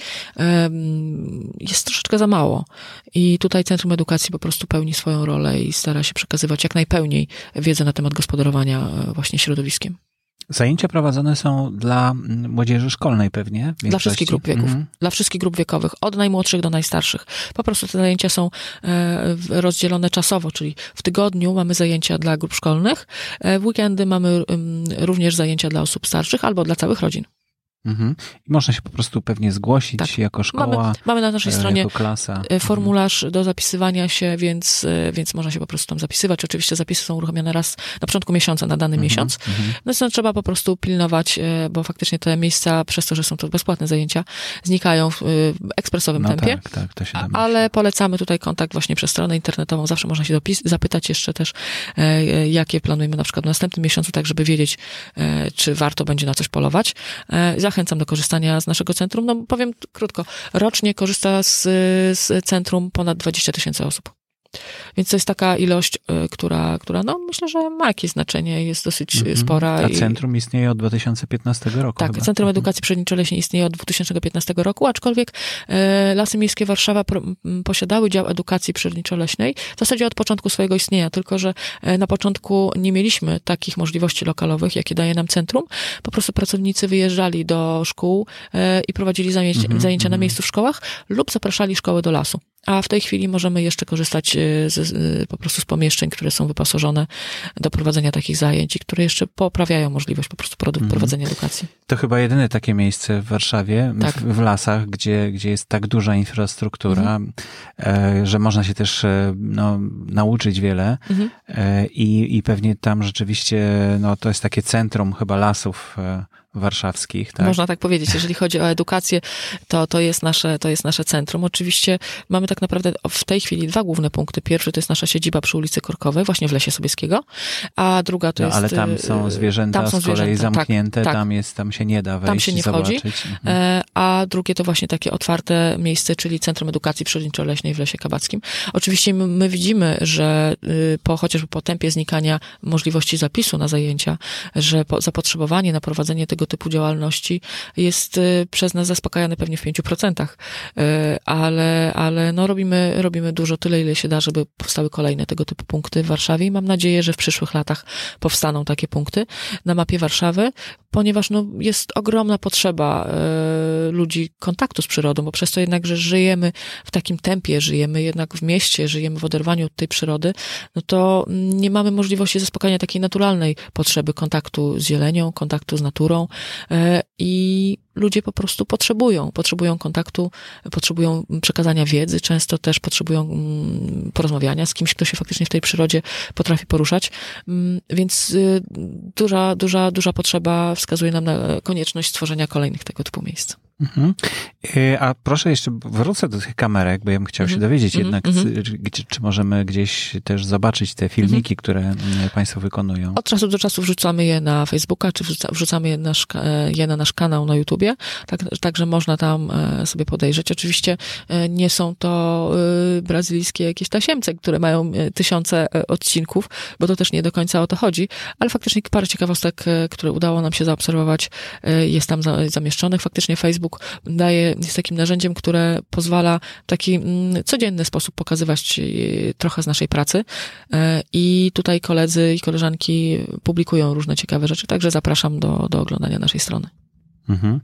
jest troszeczkę za mało. I tutaj Centrum Edukacji po prostu pełni swoją rolę i stara się przekazywać jak najpełniej wiedzę na temat gospodarowania właśnie środowiskiem. Zajęcia prowadzone są dla młodzieży szkolnej pewnie? Dla wszystkich grup wieków. Dla wszystkich grup wiekowych, od najmłodszych do najstarszych. Po prostu te zajęcia są rozdzielone czasowo, czyli w tygodniu mamy zajęcia dla grup szkolnych, w weekendy mamy również zajęcia dla osób starszych albo dla całych rodzin. I można się po prostu pewnie zgłosić jako szkoła, mamy na naszej stronie jako klasa. Formularz do zapisywania się, więc można się po prostu tam zapisywać. Oczywiście zapisy są uruchomione raz na początku miesiąca, na dany miesiąc. No trzeba po prostu pilnować, bo faktycznie te miejsca, przez to, że są to bezpłatne zajęcia, znikają w ekspresowym tempie. Tak, to się ale polecamy tutaj kontakt właśnie przez stronę internetową. Zawsze można się zapytać jeszcze też, jakie planujemy na przykład w następnym miesiącu, tak żeby wiedzieć, czy warto będzie na coś polować. Zachęcam do korzystania z naszego centrum. Powiem krótko, rocznie korzysta z centrum ponad 20 000 osób. Więc to jest taka ilość, która myślę, że ma jakieś znaczenie, jest dosyć spora. A centrum istnieje od 2015 roku. Tak, chyba. Centrum Edukacji Przyrodniczo-Leśnej istnieje od 2015 roku, aczkolwiek Lasy Miejskie Warszawa posiadały dział edukacji przyrodniczo-leśnej w zasadzie od początku swojego istnienia, tylko że na początku nie mieliśmy takich możliwości lokalowych, jakie daje nam centrum. Po prostu pracownicy wyjeżdżali do szkół i prowadzili zajęcia na miejscu w szkołach lub zapraszali szkoły do lasu. A w tej chwili możemy jeszcze korzystać po prostu z pomieszczeń, które są wyposażone do prowadzenia takich zajęć i które jeszcze poprawiają możliwość po prostu prowadzenia edukacji. To chyba jedyne takie miejsce w Warszawie, tak. w lasach, gdzie jest tak duża infrastruktura, że można się też nauczyć wiele i pewnie tam rzeczywiście to jest takie centrum chyba lasów warszawskich, tak? Można tak powiedzieć. Jeżeli chodzi o edukację, to jest nasze centrum. Oczywiście mamy tak naprawdę w tej chwili dwa główne punkty. Pierwszy to jest nasza siedziba przy ulicy Korkowej, właśnie w Lesie Sobieskiego, a druga to jest... ale tam są zwierzęta z kolei zamknięte, tak. Tam się nie da wejść, tam się nie wchodzi, a drugie to właśnie takie otwarte miejsce, czyli Centrum Edukacji Przyrodniczo-Leśnej w Lesie Kabackim. Oczywiście my widzimy, że chociażby po tempie znikania możliwości zapisu na zajęcia, że zapotrzebowanie na prowadzenie tego tego typu działalności jest przez nas zaspokajany pewnie w 5%, ale no robimy dużo, tyle ile się da, żeby powstały kolejne tego typu punkty w Warszawie i mam nadzieję, że w przyszłych latach powstaną takie punkty na mapie Warszawy, ponieważ no, jest ogromna potrzeba ludzi kontaktu z przyrodą, bo przez to jednak, że żyjemy w takim tempie, żyjemy jednak w mieście, żyjemy w oderwaniu od tej przyrody, no to nie mamy możliwości zaspokajania takiej naturalnej potrzeby kontaktu z zielenią, kontaktu z naturą i ludzie po prostu potrzebują kontaktu, potrzebują przekazania wiedzy, często też potrzebują porozmawiania z kimś, kto się faktycznie w tej przyrodzie potrafi poruszać, więc duża potrzeba wskazuje nam na konieczność stworzenia kolejnych tego typu miejsc. Mhm. A proszę jeszcze wrócę do tych kamerek, bo ja bym chciał się dowiedzieć jednak, czy możemy gdzieś też zobaczyć te filmiki, które Państwo wykonują. Od czasu do czasu wrzucamy je na Facebooka, czy wrzucamy je na nasz kanał na YouTubie, także można tam sobie podejrzeć. Oczywiście nie są to brazylijskie jakieś tasiemce, które mają tysiące odcinków, bo to też nie do końca o to chodzi, ale faktycznie parę ciekawostek, które udało nam się zaobserwować, jest tam zamieszczonych. Faktycznie Facebook jest takim narzędziem, które pozwala w taki codzienny sposób pokazywać trochę z naszej pracy i tutaj koledzy i koleżanki publikują różne ciekawe rzeczy, także zapraszam do oglądania naszej strony. Mhm.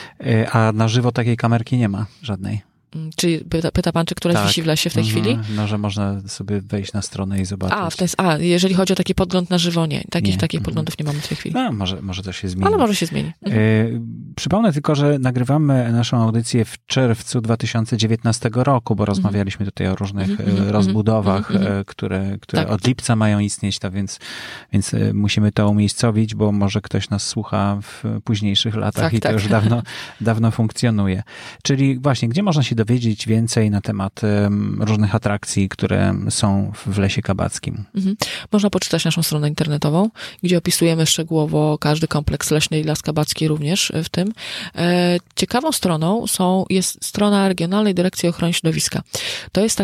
A na żywo takiej kamerki nie ma żadnej? Czy pyta pan, czy któraś wisi w lesie w tej chwili? No, że można sobie wejść na stronę i zobaczyć. Jeżeli chodzi o taki podgląd na żywo, nie. Takich podglądów nie mamy w tej chwili. No, może to się zmieni. Ale może się zmieni. Przypomnę tylko, że nagrywamy naszą audycję w czerwcu 2019 roku, bo rozmawialiśmy tutaj o różnych rozbudowach, które tak. Od lipca mają istnieć, więc musimy to umiejscowić, bo może ktoś nas słucha w późniejszych latach to już dawno funkcjonuje. Czyli właśnie, gdzie można się dowiedzieć więcej na temat różnych atrakcji, które są w Lesie Kabackim? Można poczytać naszą stronę internetową, gdzie opisujemy szczegółowo każdy kompleks leśny i Las Kabacki również w tym. Ciekawą stroną jest strona Regionalnej Dyrekcji Ochrony Środowiska. To jest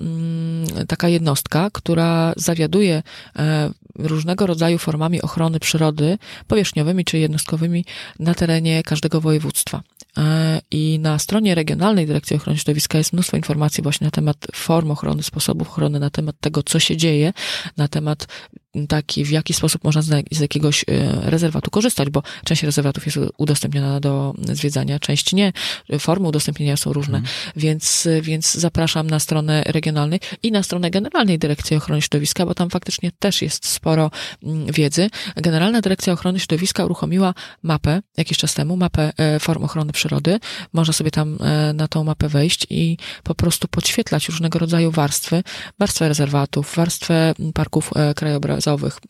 taka jednostka, która zawiaduje różnego rodzaju formami ochrony przyrody powierzchniowymi czy jednostkowymi na terenie każdego województwa. I na stronie Regionalnej Dyrekcji Ochrony Środowiska jest mnóstwo informacji właśnie na temat form ochrony, sposobów ochrony, na temat tego, co się dzieje, na temat w jaki sposób można z jakiegoś rezerwatu korzystać, bo część rezerwatów jest udostępniona do zwiedzania, część nie. Formy udostępnienia są różne, więc zapraszam na stronę regionalnej i na stronę Generalnej Dyrekcji Ochrony Środowiska, bo tam faktycznie też jest sporo wiedzy. Generalna Dyrekcja Ochrony Środowiska uruchomiła mapę jakiś czas temu, mapę form ochrony przyrody. Można sobie tam na tą mapę wejść i po prostu podświetlać różnego rodzaju warstwę rezerwatów, warstwę parków krajobrazowych,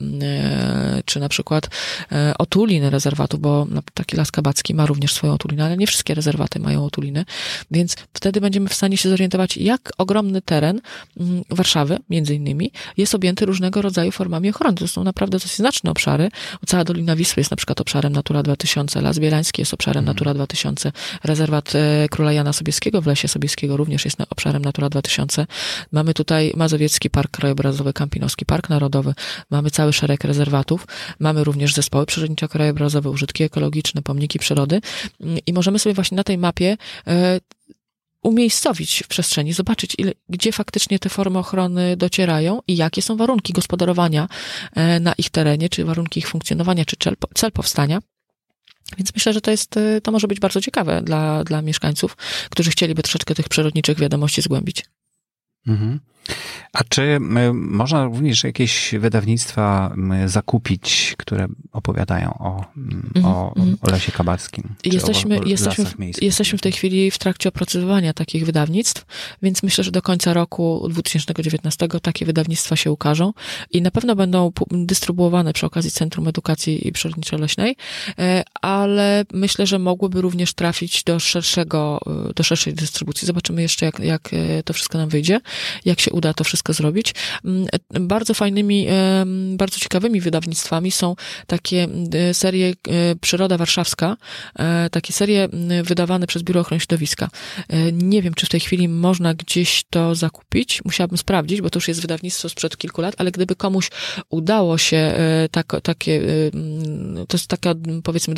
czy na przykład otulin rezerwatu, bo taki Las Kabacki ma również swoją otulinę, ale nie wszystkie rezerwaty mają otuliny, więc wtedy będziemy w stanie się zorientować, jak ogromny teren Warszawy, między innymi, jest objęty różnego rodzaju formami ochrony. To są naprawdę dosyć znaczne obszary. Cała Dolina Wisły jest na przykład obszarem Natura 2000, Las Bielański jest obszarem Natura 2000, rezerwat Króla Jana Sobieskiego w Lesie Sobieskiego również jest obszarem Natura 2000. Mamy tutaj Mazowiecki Park Krajobrazowy, Kampinoski Park Narodowy, mamy cały szereg rezerwatów, mamy również zespoły przyrodniczo-krajobrazowe, użytki ekologiczne, pomniki przyrody i możemy sobie właśnie na tej mapie umiejscowić w przestrzeni, zobaczyć, gdzie faktycznie te formy ochrony docierają i jakie są warunki gospodarowania na ich terenie, czy warunki ich funkcjonowania, czy cel powstania. Więc myślę, że to może być bardzo ciekawe dla mieszkańców, którzy chcieliby troszeczkę tych przyrodniczych wiadomości zgłębić. Mhm. A czy można również jakieś wydawnictwa zakupić, które opowiadają o Lesie Kabackim? Jesteśmy w tej chwili w trakcie opracowywania takich wydawnictw, więc myślę, że do końca roku 2019 takie wydawnictwa się ukażą i na pewno będą dystrybuowane przy okazji Centrum Edukacji Przyrodniczo-Leśnej, ale myślę, że mogłyby również trafić do szerszej dystrybucji. Zobaczymy jeszcze, jak to wszystko nam wyjdzie, jak się uda to wszystko zrobić. Bardzo fajnymi, bardzo ciekawymi wydawnictwami są takie serie Przyroda Warszawska, takie serie wydawane przez Biuro Ochrony Środowiska. Nie wiem, czy w tej chwili można gdzieś to zakupić. Musiałabym sprawdzić, bo to już jest wydawnictwo sprzed kilku lat, ale gdyby komuś udało się to jest taka, powiedzmy,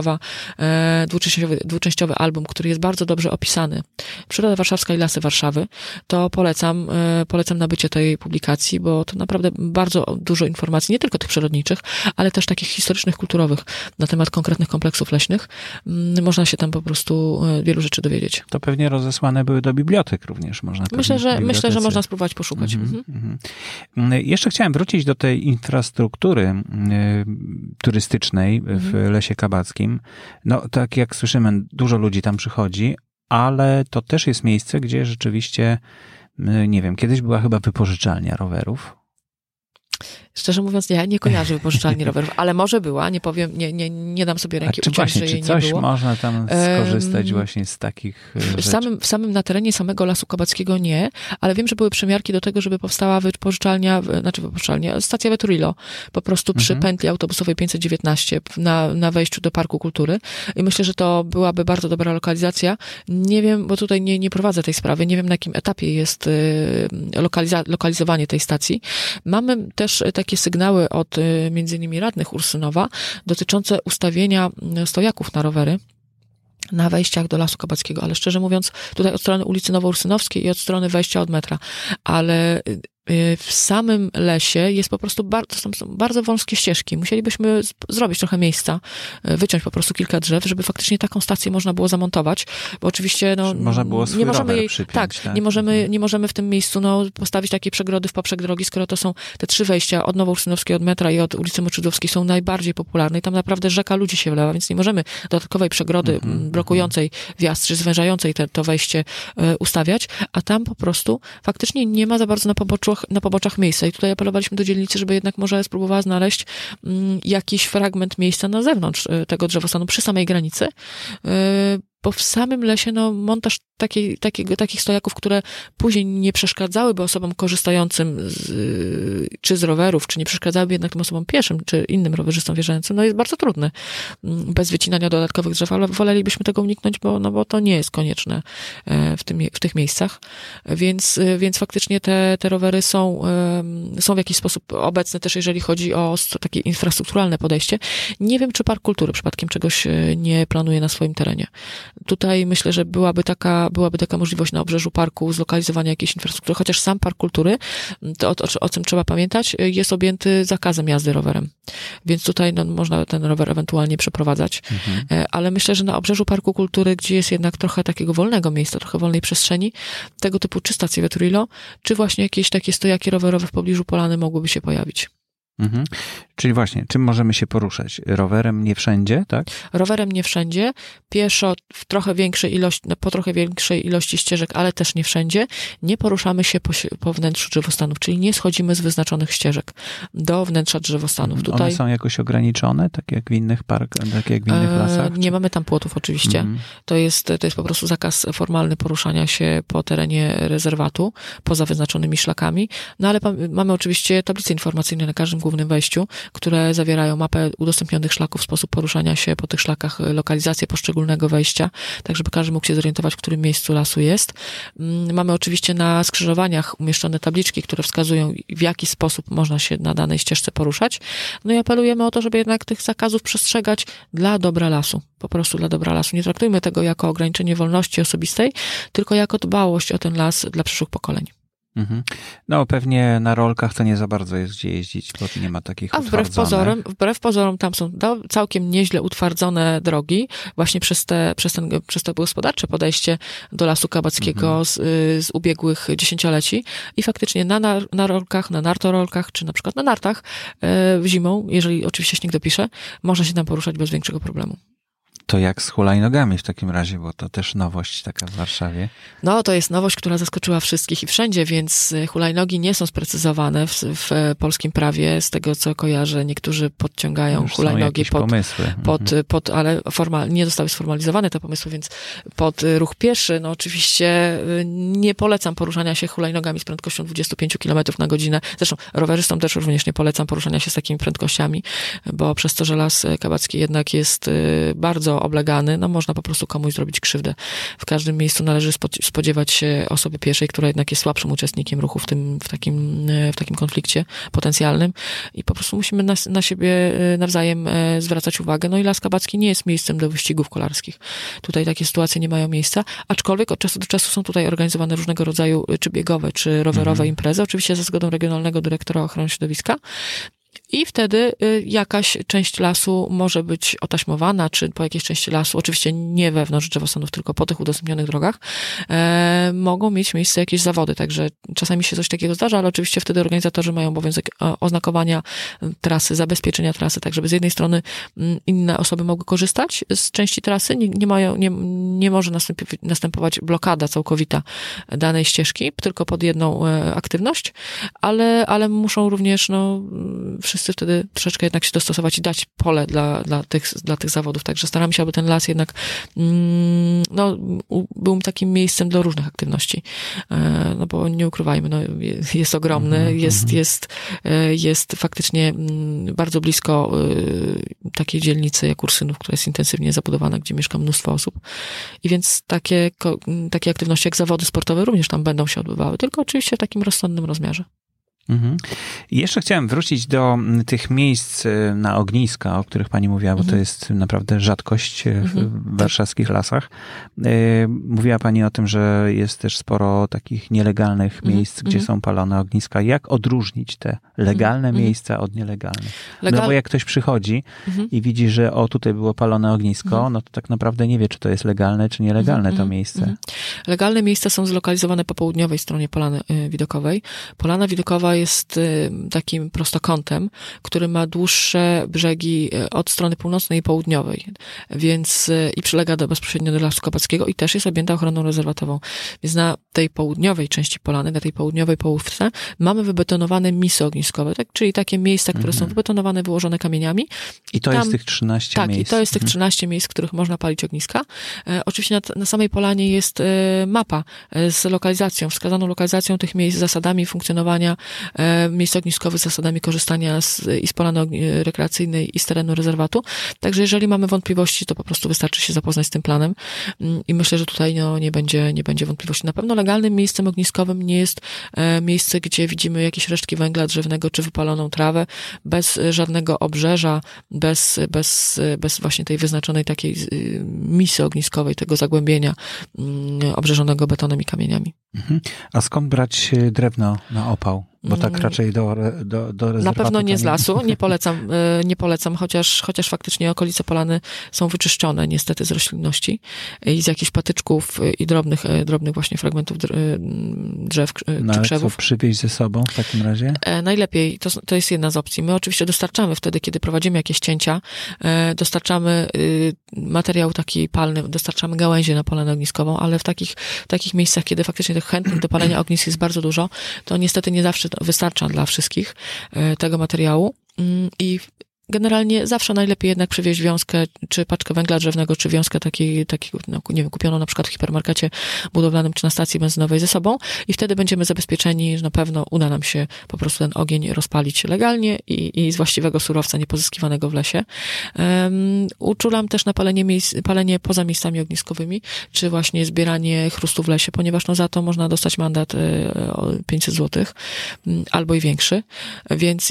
dwuczęściowy album, który jest bardzo dobrze opisany. Przyroda Warszawska i Lasy Warszawy. To polecam nabycie tej publikacji, bo to naprawdę bardzo dużo informacji, nie tylko tych przyrodniczych, ale też takich historycznych, kulturowych na temat konkretnych kompleksów leśnych. Można się tam po prostu wielu rzeczy dowiedzieć. To pewnie rozesłane były do bibliotek również. Myślę, że można spróbować poszukać. Jeszcze chciałem wrócić do tej infrastruktury turystycznej w Lesie Kabackim. No, tak jak słyszymy, dużo ludzi tam przychodzi, ale to też jest miejsce, gdzie rzeczywiście, nie wiem, kiedyś była chyba wypożyczalnia rowerów. Szczerze mówiąc, ja nie kojarzę wypożyczalni rowerów, ale może była, nie powiem, nie dam sobie ręki uciąć, że jej nie było. Czy coś można tam skorzystać właśnie z takich rzeczy? Na terenie samego Lasu Kabackiego nie, ale wiem, że były przymiarki do tego, żeby powstała stacja Veturillo, po prostu przy pętli autobusowej 519 na wejściu do Parku Kultury i myślę, że to byłaby bardzo dobra lokalizacja. Nie wiem, bo tutaj nie prowadzę tej sprawy, nie wiem, na jakim etapie jest lokalizowanie tej stacji. Mamy też takie sygnały od między innymi radnych Ursynowa dotyczące ustawienia stojaków na rowery na wejściach do Lasu Kabackiego, ale szczerze mówiąc, tutaj od strony ulicy Nowoursynowskiej i od strony wejścia od metra, ale w samym lesie jest po prostu są bardzo wąskie ścieżki. Musielibyśmy zrobić trochę miejsca, wyciąć po prostu kilka drzew, żeby faktycznie taką stację można było zamontować, bo oczywiście można było swój rower przypiąć, tak? Nie możemy w tym miejscu postawić takiej przegrody w poprzek drogi, skoro to są te 3 wejścia od Nowoursynowskiej, od metra i od ulicy Moczydłowskiej są najbardziej popularne i tam naprawdę rzeka ludzi się wlewa, więc nie możemy dodatkowej przegrody blokującej wjazd, czy zwężającej to wejście ustawiać, a tam po prostu faktycznie nie ma za bardzo na poboczach miejsca. I tutaj apelowaliśmy do dzielnicy, żeby jednak może spróbowała znaleźć jakiś fragment miejsca na zewnątrz tego drzewostanu, przy samej granicy, bo w samym lesie montaż takich stojaków, które później nie przeszkadzałyby osobom korzystającym czy z rowerów, czy nie przeszkadzałyby jednak tym osobom pieszym, czy innym rowerzystom wjeżdżającym, jest bardzo trudny. Bez wycinania dodatkowych drzew, ale wolelibyśmy tego uniknąć, bo to nie jest konieczne w tych miejscach. Więc faktycznie te rowery są w jakiś sposób obecne też, jeżeli chodzi o takie infrastrukturalne podejście. Nie wiem, czy Park Kultury przypadkiem czegoś nie planuje na swoim terenie. Tutaj myślę, że byłaby taka możliwość na obrzeżu parku zlokalizowania jakiejś infrastruktury, chociaż sam Park Kultury, to o czym trzeba pamiętać, jest objęty zakazem jazdy rowerem. Więc tutaj można ten rower ewentualnie przeprowadzać. Ale myślę, że na obrzeżu Parku Kultury, gdzie jest jednak trochę takiego wolnego miejsca, trochę wolnej przestrzeni, tego typu czy stacje Veturillo, czy właśnie jakieś takie stojaki rowerowe w pobliżu polany mogłyby się pojawić. Czyli właśnie, czym możemy się poruszać? Rowerem nie wszędzie, tak? Rowerem nie wszędzie, pieszo po trochę większej ilości ścieżek, ale też nie wszędzie. Nie poruszamy się po wnętrzu drzewostanów, czyli nie schodzimy z wyznaczonych ścieżek do wnętrza drzewostanów. Tutaj one są jakoś ograniczone, tak jak w innych lasach? Nie mamy tam płotów oczywiście. To jest po prostu zakaz formalny poruszania się po terenie rezerwatu, poza wyznaczonymi szlakami. No ale mamy oczywiście tablice informacyjne na każdym głównym wejściu, które zawierają mapę udostępnionych szlaków, sposób poruszania się po tych szlakach, lokalizację poszczególnego wejścia, tak żeby każdy mógł się zorientować, w którym miejscu lasu jest. Mamy oczywiście na skrzyżowaniach umieszczone tabliczki, które wskazują, w jaki sposób można się na danej ścieżce poruszać. No i apelujemy o to, żeby jednak tych zakazów przestrzegać dla dobra lasu. Po prostu dla dobra lasu. Nie traktujmy tego jako ograniczenie wolności osobistej, tylko jako dbałość o ten las dla przyszłych pokoleń. No pewnie na rolkach to nie za bardzo jest gdzie jeździć, bo nie ma takich utwardzonych. Wbrew pozorom tam są całkiem nieźle utwardzone drogi, właśnie przez to gospodarcze podejście do Lasu Kabackiego z ubiegłych dziesięcioleci i faktycznie na rolkach, na nartorolkach, czy na przykład na nartach zimą, jeżeli oczywiście śnieg dopisze, można się tam poruszać bez większego problemu. To jak z hulajnogami w takim razie, bo to też nowość taka w Warszawie. No, to jest nowość, która zaskoczyła wszystkich i wszędzie, więc hulajnogi nie są sprecyzowane w polskim prawie. Z tego, co kojarzę, niektórzy podciągają Już hulajnogi ale nie zostały sformalizowane te pomysły, więc pod ruch pieszy, no oczywiście nie polecam poruszania się hulajnogami z prędkością 25 km na godzinę. Zresztą rowerzystom też również nie polecam poruszania się z takimi prędkościami, bo przez to, że Las Kabacki jednak jest bardzo oblegany, no można po prostu komuś zrobić krzywdę. W każdym miejscu należy spodziewać się osoby pieszej, która jednak jest słabszym uczestnikiem ruchu w takim konflikcie potencjalnym i po prostu musimy na siebie nawzajem zwracać uwagę. No i Las Kabacki nie jest miejscem do wyścigów kolarskich. Tutaj takie sytuacje nie mają miejsca, aczkolwiek od czasu do czasu są tutaj organizowane różnego rodzaju czy biegowe, czy rowerowe imprezy, oczywiście za zgodą regionalnego dyrektora ochrony środowiska. I wtedy jakaś część lasu może być otaśmowana, czy po jakiejś części lasu, oczywiście nie wewnątrz drzewostanów, tylko po tych udostępnionych drogach, mogą mieć miejsce jakieś zawody. Także czasami się coś takiego zdarza, ale oczywiście wtedy organizatorzy mają obowiązek oznakowania trasy, zabezpieczenia trasy, tak żeby z jednej strony inne osoby mogły korzystać z części trasy, nie może następować blokada całkowita danej ścieżki, tylko pod jedną aktywność, ale muszą również, wszyscy wtedy troszeczkę jednak się dostosować i dać pole dla tych zawodów. Także staramy się, aby ten las jednak był takim miejscem do różnych aktywności. No bo nie ukrywajmy, jest ogromny, jest faktycznie bardzo blisko takiej dzielnicy jak Ursynów, która jest intensywnie zabudowana, gdzie mieszka mnóstwo osób. I więc takie aktywności jak zawody sportowe również tam będą się odbywały, tylko oczywiście w takim rozsądnym rozmiarze. I jeszcze chciałem wrócić do tych miejsc na ogniska, o których pani mówiła, bo to jest naprawdę rzadkość w warszawskich lasach. Mówiła pani o tym, że jest też sporo takich nielegalnych miejsc, gdzie są palone ogniska. Jak odróżnić te legalne miejsca od nielegalnych? No bo jak ktoś przychodzi i widzi, że tutaj było palone ognisko, no to tak naprawdę nie wie, czy to jest legalne, czy nielegalne to miejsce. Legalne miejsca są zlokalizowane po południowej stronie Polany Widokowej. Polana Widokowa jest takim prostokątem, który ma dłuższe brzegi od strony północnej i południowej, więc i przylega bezpośrednio do Lasu Kabackiego i też jest objęta ochroną rezerwatową. Więc na tej południowej części Polany, na tej południowej połówce mamy wybetonowane misy ogniskowe, tak? Czyli takie miejsca, które są wybetonowane, wyłożone kamieniami. I to jest tych 13 miejsc. Tak, i to jest tych 13 miejsc, w których można palić ogniska. Oczywiście na samej polanie jest mapa z lokalizacją, wskazaną lokalizacją tych miejsc, zasadami funkcjonowania miejsc ogniskowych, zasadami korzystania i z polany rekreacyjnej, i z terenu rezerwatu. Także jeżeli mamy wątpliwości, to po prostu wystarczy się zapoznać z tym planem i myślę, że tutaj nie będzie wątpliwości. Na pewno legalnym miejscem ogniskowym nie jest miejsce, gdzie widzimy jakieś resztki węgla drzewnego, czy wypaloną trawę, bez żadnego obrzeża, bez właśnie tej wyznaczonej takiej misy ogniskowej, tego zagłębienia obrzeżonego betonem i kamieniami. A skąd brać drewno na opał? Bo tak raczej do rezerwatu. Na pewno nie z lasu, nie polecam, chociaż faktycznie okolice polany są wyczyszczone niestety z roślinności i z jakichś patyczków i drobnych właśnie fragmentów drzew czy krzewów. Co przywieźć ze sobą w takim razie? Najlepiej, to jest jedna z opcji. My oczywiście dostarczamy wtedy, kiedy prowadzimy jakieś cięcia, dostarczamy materiał taki palny, dostarczamy gałęzie na polanę ogniskową, ale w takich miejscach, kiedy faktycznie tych chętnych do palenia ognisk jest bardzo dużo, to niestety nie zawsze wystarcza dla wszystkich tego materiału i generalnie zawsze najlepiej jednak przywieźć wiązkę, czy paczkę węgla drzewnego, czy wiązkę takiego, nie wiem, kupioną na przykład w hipermarkecie budowlanym, czy na stacji benzynowej ze sobą i wtedy będziemy zabezpieczeni, że na pewno uda nam się po prostu ten ogień rozpalić legalnie i z właściwego surowca niepozyskiwanego w lesie. Uczulam też na palenie poza miejscami ogniskowymi, czy właśnie zbieranie chrustu w lesie, ponieważ za to można dostać mandat 500 zł albo i większy. Więc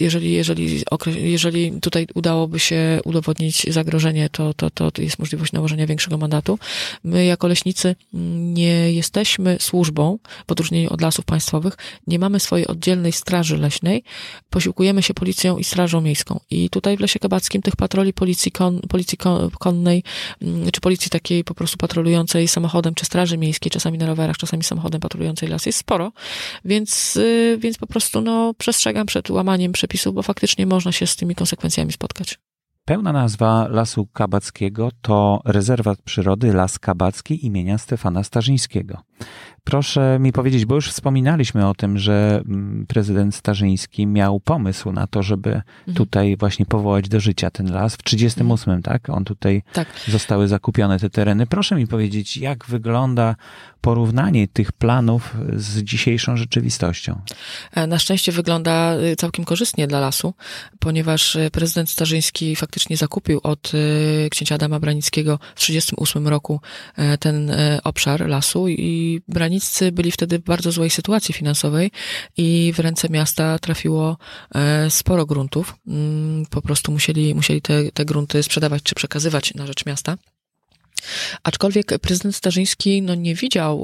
jeżeli tutaj udałoby się udowodnić zagrożenie, to jest możliwość nałożenia większego mandatu. My jako leśnicy nie jesteśmy służbą, w odróżnieniu od lasów państwowych, nie mamy swojej oddzielnej straży leśnej, posiłkujemy się policją i strażą miejską. I tutaj w Lesie Kabackim tych patroli policji konnej, czy policji takiej po prostu patrolującej samochodem, czy straży miejskiej, czasami na rowerach, czasami samochodem patrolującej las jest sporo, więc po prostu przestrzegam przed łamaniem przepisów, bo faktycznie można się z tymi konsekwencjami spotkać. Pełna nazwa Lasu Kabackiego to Rezerwat Przyrody Las Kabacki imienia Stefana Starzyńskiego. Proszę mi powiedzieć, bo już wspominaliśmy o tym, że prezydent Starzyński miał pomysł na to, żeby tutaj właśnie powołać do życia ten las w 1938, tak? On tutaj zostały zakupione te tereny. Proszę mi powiedzieć, jak wygląda porównanie tych planów z dzisiejszą rzeczywistością? Na szczęście wygląda całkiem korzystnie dla lasu, ponieważ prezydent Starzyński faktycznie zakupił od księcia Adama Branickiego w 1938 roku ten obszar lasu i Braniccy byli wtedy w bardzo złej sytuacji finansowej i w ręce miasta trafiło sporo gruntów. Po prostu musieli te grunty sprzedawać czy przekazywać na rzecz miasta. Aczkolwiek prezydent Starzyński nie widział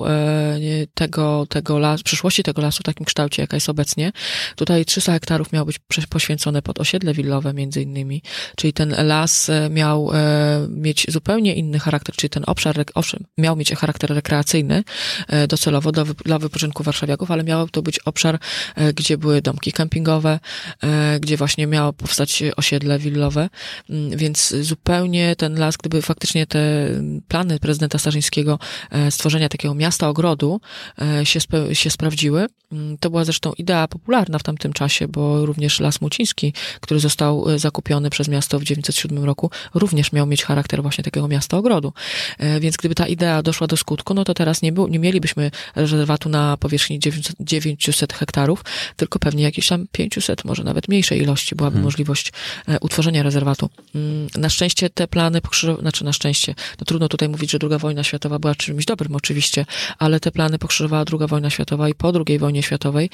przyszłości tego lasu w takim kształcie, jaka jest obecnie. Tutaj 300 hektarów miało być poświęcone pod osiedle willowe między innymi, czyli ten las miał mieć zupełnie inny charakter, czyli ten obszar miał mieć charakter rekreacyjny docelowo dla wypoczynku warszawiaków, ale miał to być obszar, gdzie były domki kempingowe, gdzie właśnie miało powstać osiedle willowe, więc zupełnie ten las, gdyby faktycznie te plany prezydenta Starzyńskiego stworzenia takiego miasta ogrodu się sprawdziły. To była zresztą idea popularna w tamtym czasie, bo również Las Muciński, który został zakupiony przez miasto w 1907 roku, również miał mieć charakter właśnie takiego miasta ogrodu. Więc gdyby ta idea doszła do skutku, no to teraz nie mielibyśmy rezerwatu na powierzchni 900 hektarów, tylko pewnie jakieś tam 500, może nawet mniejszej ilości byłaby możliwość utworzenia rezerwatu. Na szczęście te plany, na szczęście, trudno tutaj mówić, że II wojna światowa była czymś dobrym oczywiście, ale te plany pokrzyżowała II wojna światowa i po II wojnie światowej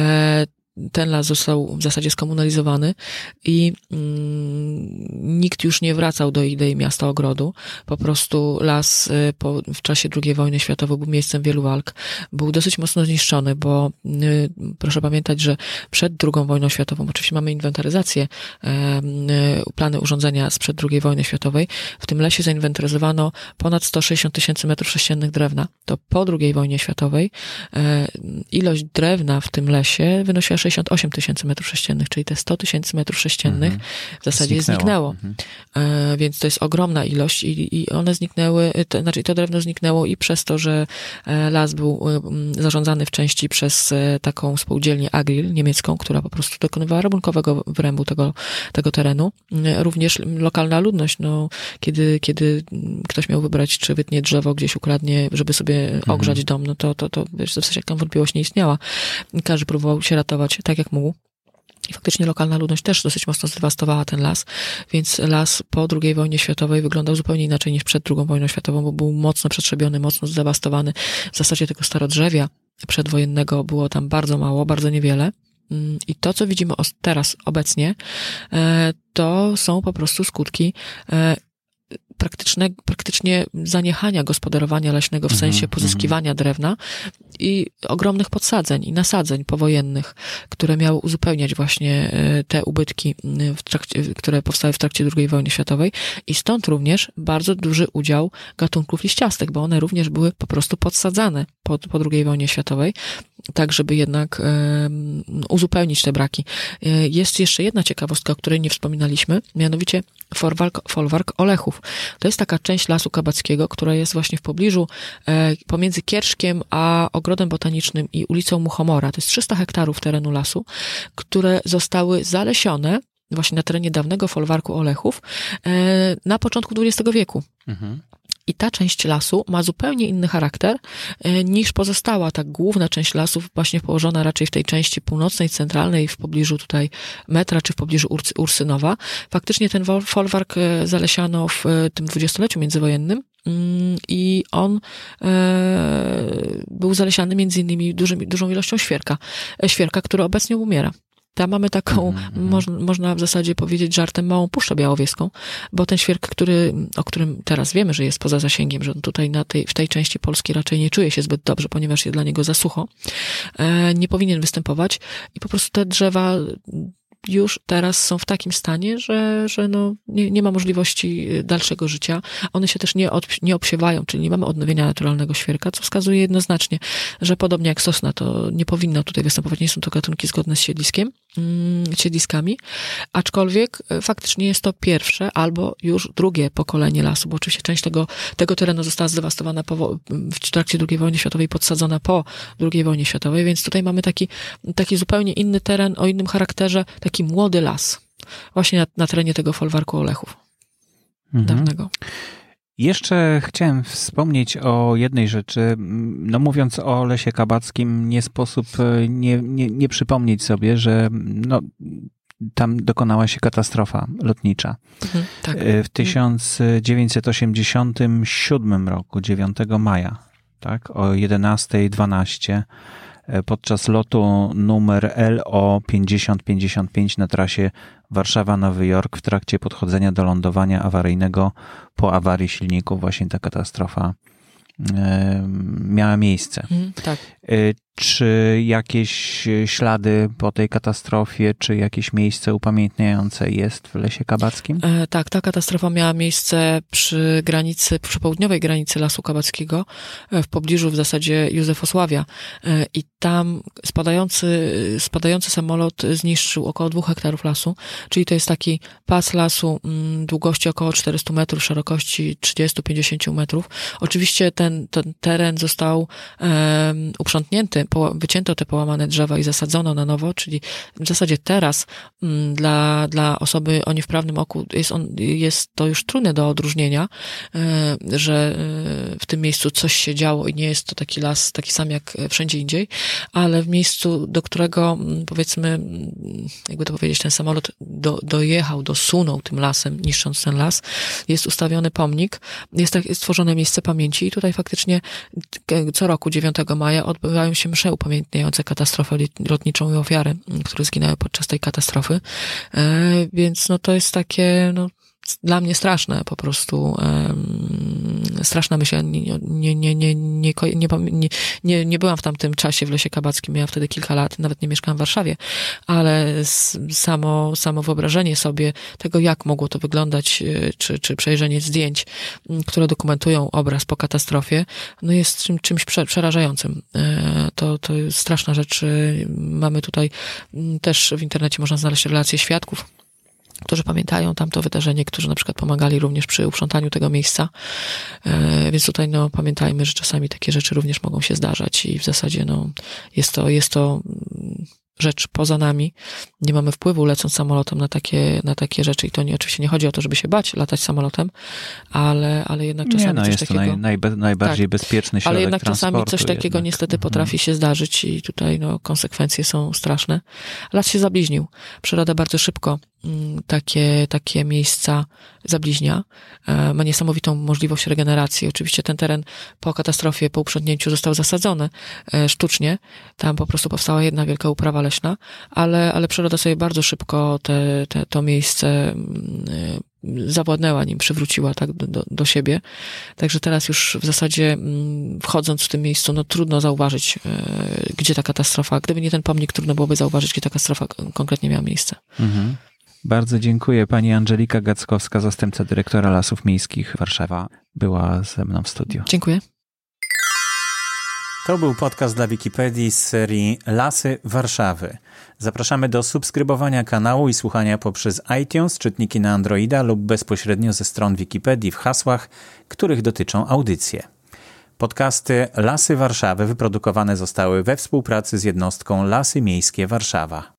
ten las został w zasadzie skomunalizowany i nikt już nie wracał do idei miasta ogrodu. Po prostu las w czasie II wojny światowej był miejscem wielu walk. Był dosyć mocno zniszczony, bo proszę pamiętać, że przed II wojną światową, oczywiście mamy inwentaryzację, plany urządzenia sprzed II wojny światowej, w tym lesie zainwentaryzowano ponad 160 000 metrów sześciennych drewna. To po II wojnie światowej ilość drewna w tym lesie wynosiła 68 000 metrów sześciennych, czyli te 100 000 metrów sześciennych w zasadzie zniknęło. Więc to jest ogromna ilość i one zniknęły, to drewno zniknęło i przez to, że las był zarządzany w części przez taką spółdzielnię Agril niemiecką, która po prostu dokonywała rabunkowego wyrębu tego terenu. Również lokalna ludność, kiedy ktoś miał wybrać, czy wytnie drzewo, gdzieś ukradnie, żeby sobie ogrzać dom, to w zasadzie jaka wątpliwość nie istniała. Każdy próbował się ratować tak jak mógł. I faktycznie lokalna ludność też dosyć mocno zdewastowała ten las, więc las po II wojnie światowej wyglądał zupełnie inaczej niż przed II wojną światową, bo był mocno przetrzebiony, mocno zdewastowany. W zasadzie tego starodrzewia przedwojennego było tam bardzo mało, bardzo niewiele. I to, co widzimy obecnie, to są po prostu skutki praktycznie zaniechania gospodarowania leśnego w sensie pozyskiwania drewna i ogromnych podsadzeń i nasadzeń powojennych, które miały uzupełniać właśnie te ubytki, które powstały w trakcie II wojny światowej i stąd również bardzo duży udział gatunków liściastych, bo one również były po prostu podsadzane po II wojnie światowej, tak żeby jednak uzupełnić te braki. Jest jeszcze jedna ciekawostka, o której nie wspominaliśmy, mianowicie folwark Olechów. To jest taka część Lasu Kabackiego, która jest właśnie w pobliżu pomiędzy Kierszkiem a Ogrodem Botanicznym i ulicą Muchomora. To jest 300 hektarów terenu lasu, które zostały zalesione właśnie na terenie dawnego folwarku Olechów na początku XX wieku. I ta część lasu ma zupełnie inny charakter niż pozostała, ta główna część lasów właśnie położona raczej w tej części północnej, centralnej, w pobliżu tutaj metra, czy w pobliżu Ursynowa. Faktycznie ten folwark zalesiano w tym dwudziestoleciu międzywojennym i on był zalesiany między innymi dużą ilością świerka, który obecnie umiera. Tam mamy taką, można w zasadzie powiedzieć żartem, małą Puszczę Białowieską, bo ten świerk, o którym teraz wiemy, że jest poza zasięgiem, że on tutaj w tej części Polski raczej nie czuje się zbyt dobrze, ponieważ jest dla niego za sucho, nie powinien występować i po prostu te drzewa już teraz są w takim stanie, że nie ma możliwości dalszego życia. One się też nie obsiewają, czyli nie mamy odnowienia naturalnego świerka, co wskazuje jednoznacznie, że podobnie jak sosna, to nie powinno tutaj występować, nie są to gatunki zgodne z siedliskiem. siedliskami, aczkolwiek faktycznie jest to pierwsze albo już drugie pokolenie lasu, bo oczywiście część tego terenu została zdewastowana w trakcie II wojny światowej, podsadzona po II wojnie światowej, więc tutaj mamy taki zupełnie inny teren, o innym charakterze, taki młody las. Właśnie na terenie tego folwarku Olechów dawnego. Jeszcze chciałem wspomnieć o jednej rzeczy. No mówiąc o Lesie Kabackim, nie sposób nie przypomnieć sobie, że tam dokonała się katastrofa lotnicza. Tak. W 1987 roku, 9 maja, tak, o 11:12 podczas lotu numer LO 5055 na trasie Warszawa-Nowy Jork w trakcie podchodzenia do lądowania awaryjnego po awarii silników właśnie ta katastrofa miała miejsce. Tak. Czy jakieś ślady po tej katastrofie, czy jakieś miejsce upamiętniające jest w Lesie Kabackim? Tak, ta katastrofa miała miejsce przy południowej granicy Lasu Kabackiego, w pobliżu w zasadzie Józefosławia. I tam spadający samolot zniszczył około 2 hektarów lasu, czyli to jest taki pas lasu długości około 400 metrów, szerokości 30-50 metrów. Oczywiście ten teren został uprzątnięty, wycięto te połamane drzewa i zasadzono na nowo, czyli w zasadzie teraz dla osoby o niewprawnym oku jest to już trudne do odróżnienia, że w tym miejscu coś się działo i nie jest to taki las, taki sam jak wszędzie indziej, ale w miejscu, do którego powiedzmy, jakby to powiedzieć, ten samolot dosunął tym lasem, niszcząc ten las, jest ustawiony pomnik, jest stworzone miejsce pamięci i tutaj faktycznie co roku 9 maja odbywają się msze upamiętniające katastrofę lotniczą i ofiary, które zginęły podczas tej katastrofy. Więc to jest takie, dla mnie straszne po prostu. Straszna myśl. Nie byłam w tamtym czasie w Lesie Kabackim, miałam wtedy kilka lat, nawet nie mieszkałam w Warszawie, ale samo wyobrażenie sobie tego, jak mogło to wyglądać, czy przejrzenie zdjęć, które dokumentują obraz po katastrofie, jest czymś przerażającym. To jest straszna rzecz. Mamy tutaj też w internecie można znaleźć relacje świadków, którzy pamiętają tamto wydarzenie, którzy na przykład pomagali również przy uprzątaniu tego miejsca. Więc tutaj pamiętajmy, że czasami takie rzeczy również mogą się zdarzać i w zasadzie jest to rzecz poza nami. Nie mamy wpływu, lecąc samolotem, na takie rzeczy i to oczywiście nie chodzi o to, żeby się bać latać samolotem, ale jednak czasami coś takiego... to najbardziej bezpieczny środek ale jednak czasami coś takiego jednak. Niestety potrafi się zdarzyć i tutaj konsekwencje są straszne. Las się zabliźnił. Przyroda bardzo szybko takie miejsca zabliźnia. Ma niesamowitą możliwość regeneracji. Oczywiście ten teren po katastrofie, po uprzątnięciu został zasadzony sztucznie. Tam po prostu powstała jedna wielka uprawa leśna, ale przyroda sobie bardzo szybko to miejsce zawładnęła nim, przywróciła tak do siebie. Także teraz już w zasadzie wchodząc w tym miejscu, trudno zauważyć, gdzie ta katastrofa, gdyby nie ten pomnik, trudno byłoby zauważyć, gdzie ta katastrofa konkretnie miała miejsce. Mhm. Bardzo dziękuję. Pani Angelika Gackowska, zastępca dyrektora Lasów Miejskich Warszawa, była ze mną w studiu. Dziękuję. To był podcast dla Wikipedii z serii Lasy Warszawy. Zapraszamy do subskrybowania kanału i słuchania poprzez iTunes, czytniki na Androida lub bezpośrednio ze stron Wikipedii w hasłach, których dotyczą audycje. Podcasty Lasy Warszawy wyprodukowane zostały we współpracy z jednostką Lasy Miejskie Warszawa.